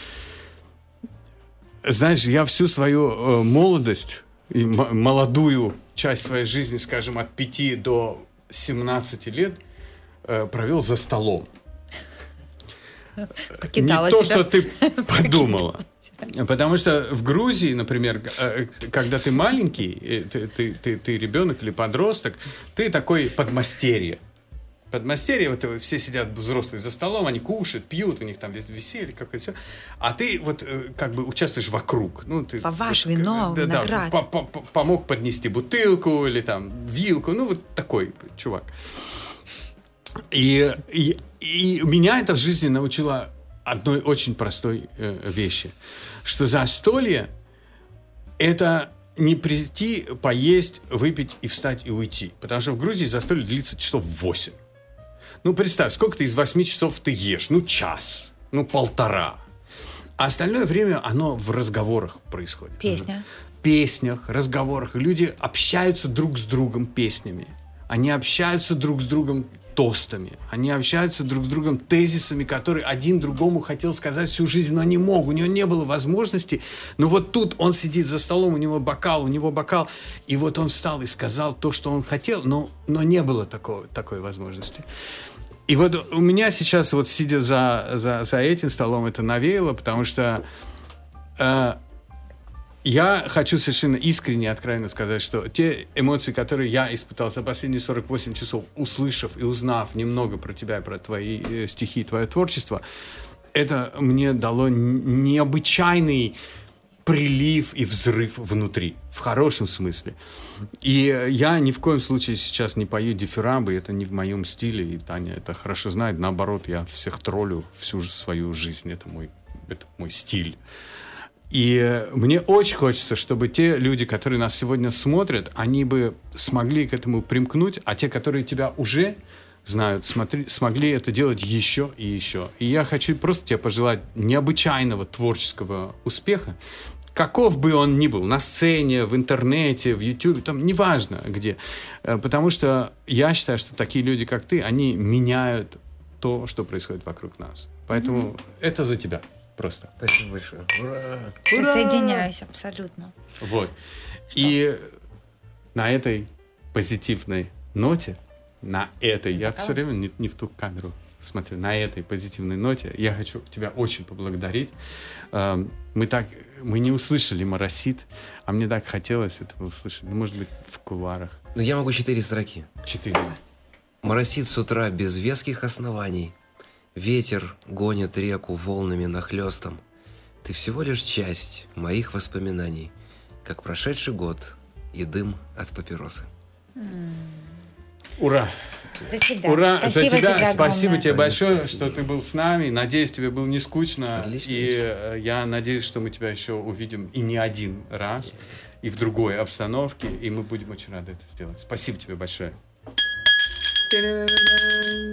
знаешь, я всю свою э, молодость и м- молодую часть своей жизни, скажем, от пяти до семнадцати лет э, провел за столом. Покидала Не то, тебя. что ты подумала. Потому что в Грузии, например, когда ты маленький, ты, ты, ты, ты ребенок или подросток, ты такой подмастерье. Подмастерье, вот все сидят взрослые за столом, они кушают, пьют, у них там веселье какое-то все. А ты вот как бы участвуешь вокруг. Ну, ты, Ваваш, вот, вино, да, виноград. Да, помог поднести бутылку или там вилку. Ну, вот такой чувак. И, и, и меня это в жизни научило одной очень простой э, вещи. Что застолье – это не прийти, поесть, выпить и встать и уйти. Потому что в Грузии застолье длится часов восемь. Ну, представь, сколько ты из восьми часов ты ешь? Ну, час, ну, полтора. А остальное время оно в разговорах происходит. Песня. Песнях, разговорах. И люди общаются друг с другом песнями. Они общаются друг с другом тостами. Они общаются друг с другом тезисами, которые один другому хотел сказать всю жизнь, но не мог. У него не было возможности. Но вот тут он сидит за столом, у него бокал, у него бокал. И вот он встал и сказал то, что он хотел, но, но не было такого, такой возможности. И вот у меня сейчас, вот сидя за, за, за этим столом, это навеяло, потому что э, я хочу совершенно искренне, откровенно сказать, что те эмоции, которые я испытал за последние сорок восемь часов, услышав и узнав немного про тебя, про твои э, стихи, твое творчество, это мне дало необычайный прилив и взрыв внутри, в хорошем смысле. И я ни в коем случае сейчас не пою дифирамбы, это не в моем стиле, и Таня это хорошо знает. Наоборот, я всех троллю всю свою жизнь, это мой, это мой стиль. И мне очень хочется, чтобы те люди, которые нас сегодня смотрят, они бы смогли к этому примкнуть, а те, которые тебя уже знают, смотри, смогли это делать еще и еще. И я хочу просто тебе пожелать необычайного творческого успеха, каков бы он ни был, на сцене, в интернете, в Ютубе, там, неважно где. Потому что я считаю, что такие люди, как ты, они меняют то, что происходит вокруг нас. Поэтому mm-hmm. это за тебя просто. Спасибо большое. Ура! Присоединяюсь абсолютно. Вот. Что? И на этой позитивной ноте, на этой, я все время не, не в ту камеру смотрю, на этой позитивной ноте я хочу тебя очень поблагодарить. Мы так, мы не услышали «Моросит», а мне так хотелось этого услышать. Ну, может быть, в кулуарах. Ну, я могу четыре строки. Четыре. Моросит с утра без веских оснований. Ветер гонит реку волнами нахлёстом. Ты всего лишь часть моих воспоминаний, как прошедший год и дым от папиросы. Ура! За тебя. Ура! Спасибо за тебя! тебе Спасибо огромное. тебе большое, Спасибо. что ты был с нами. Надеюсь, тебе было не скучно. Отлично. И э, я надеюсь, что мы тебя еще увидим и не один раз, и в другой обстановке, и мы будем очень рады это сделать. Спасибо тебе большое.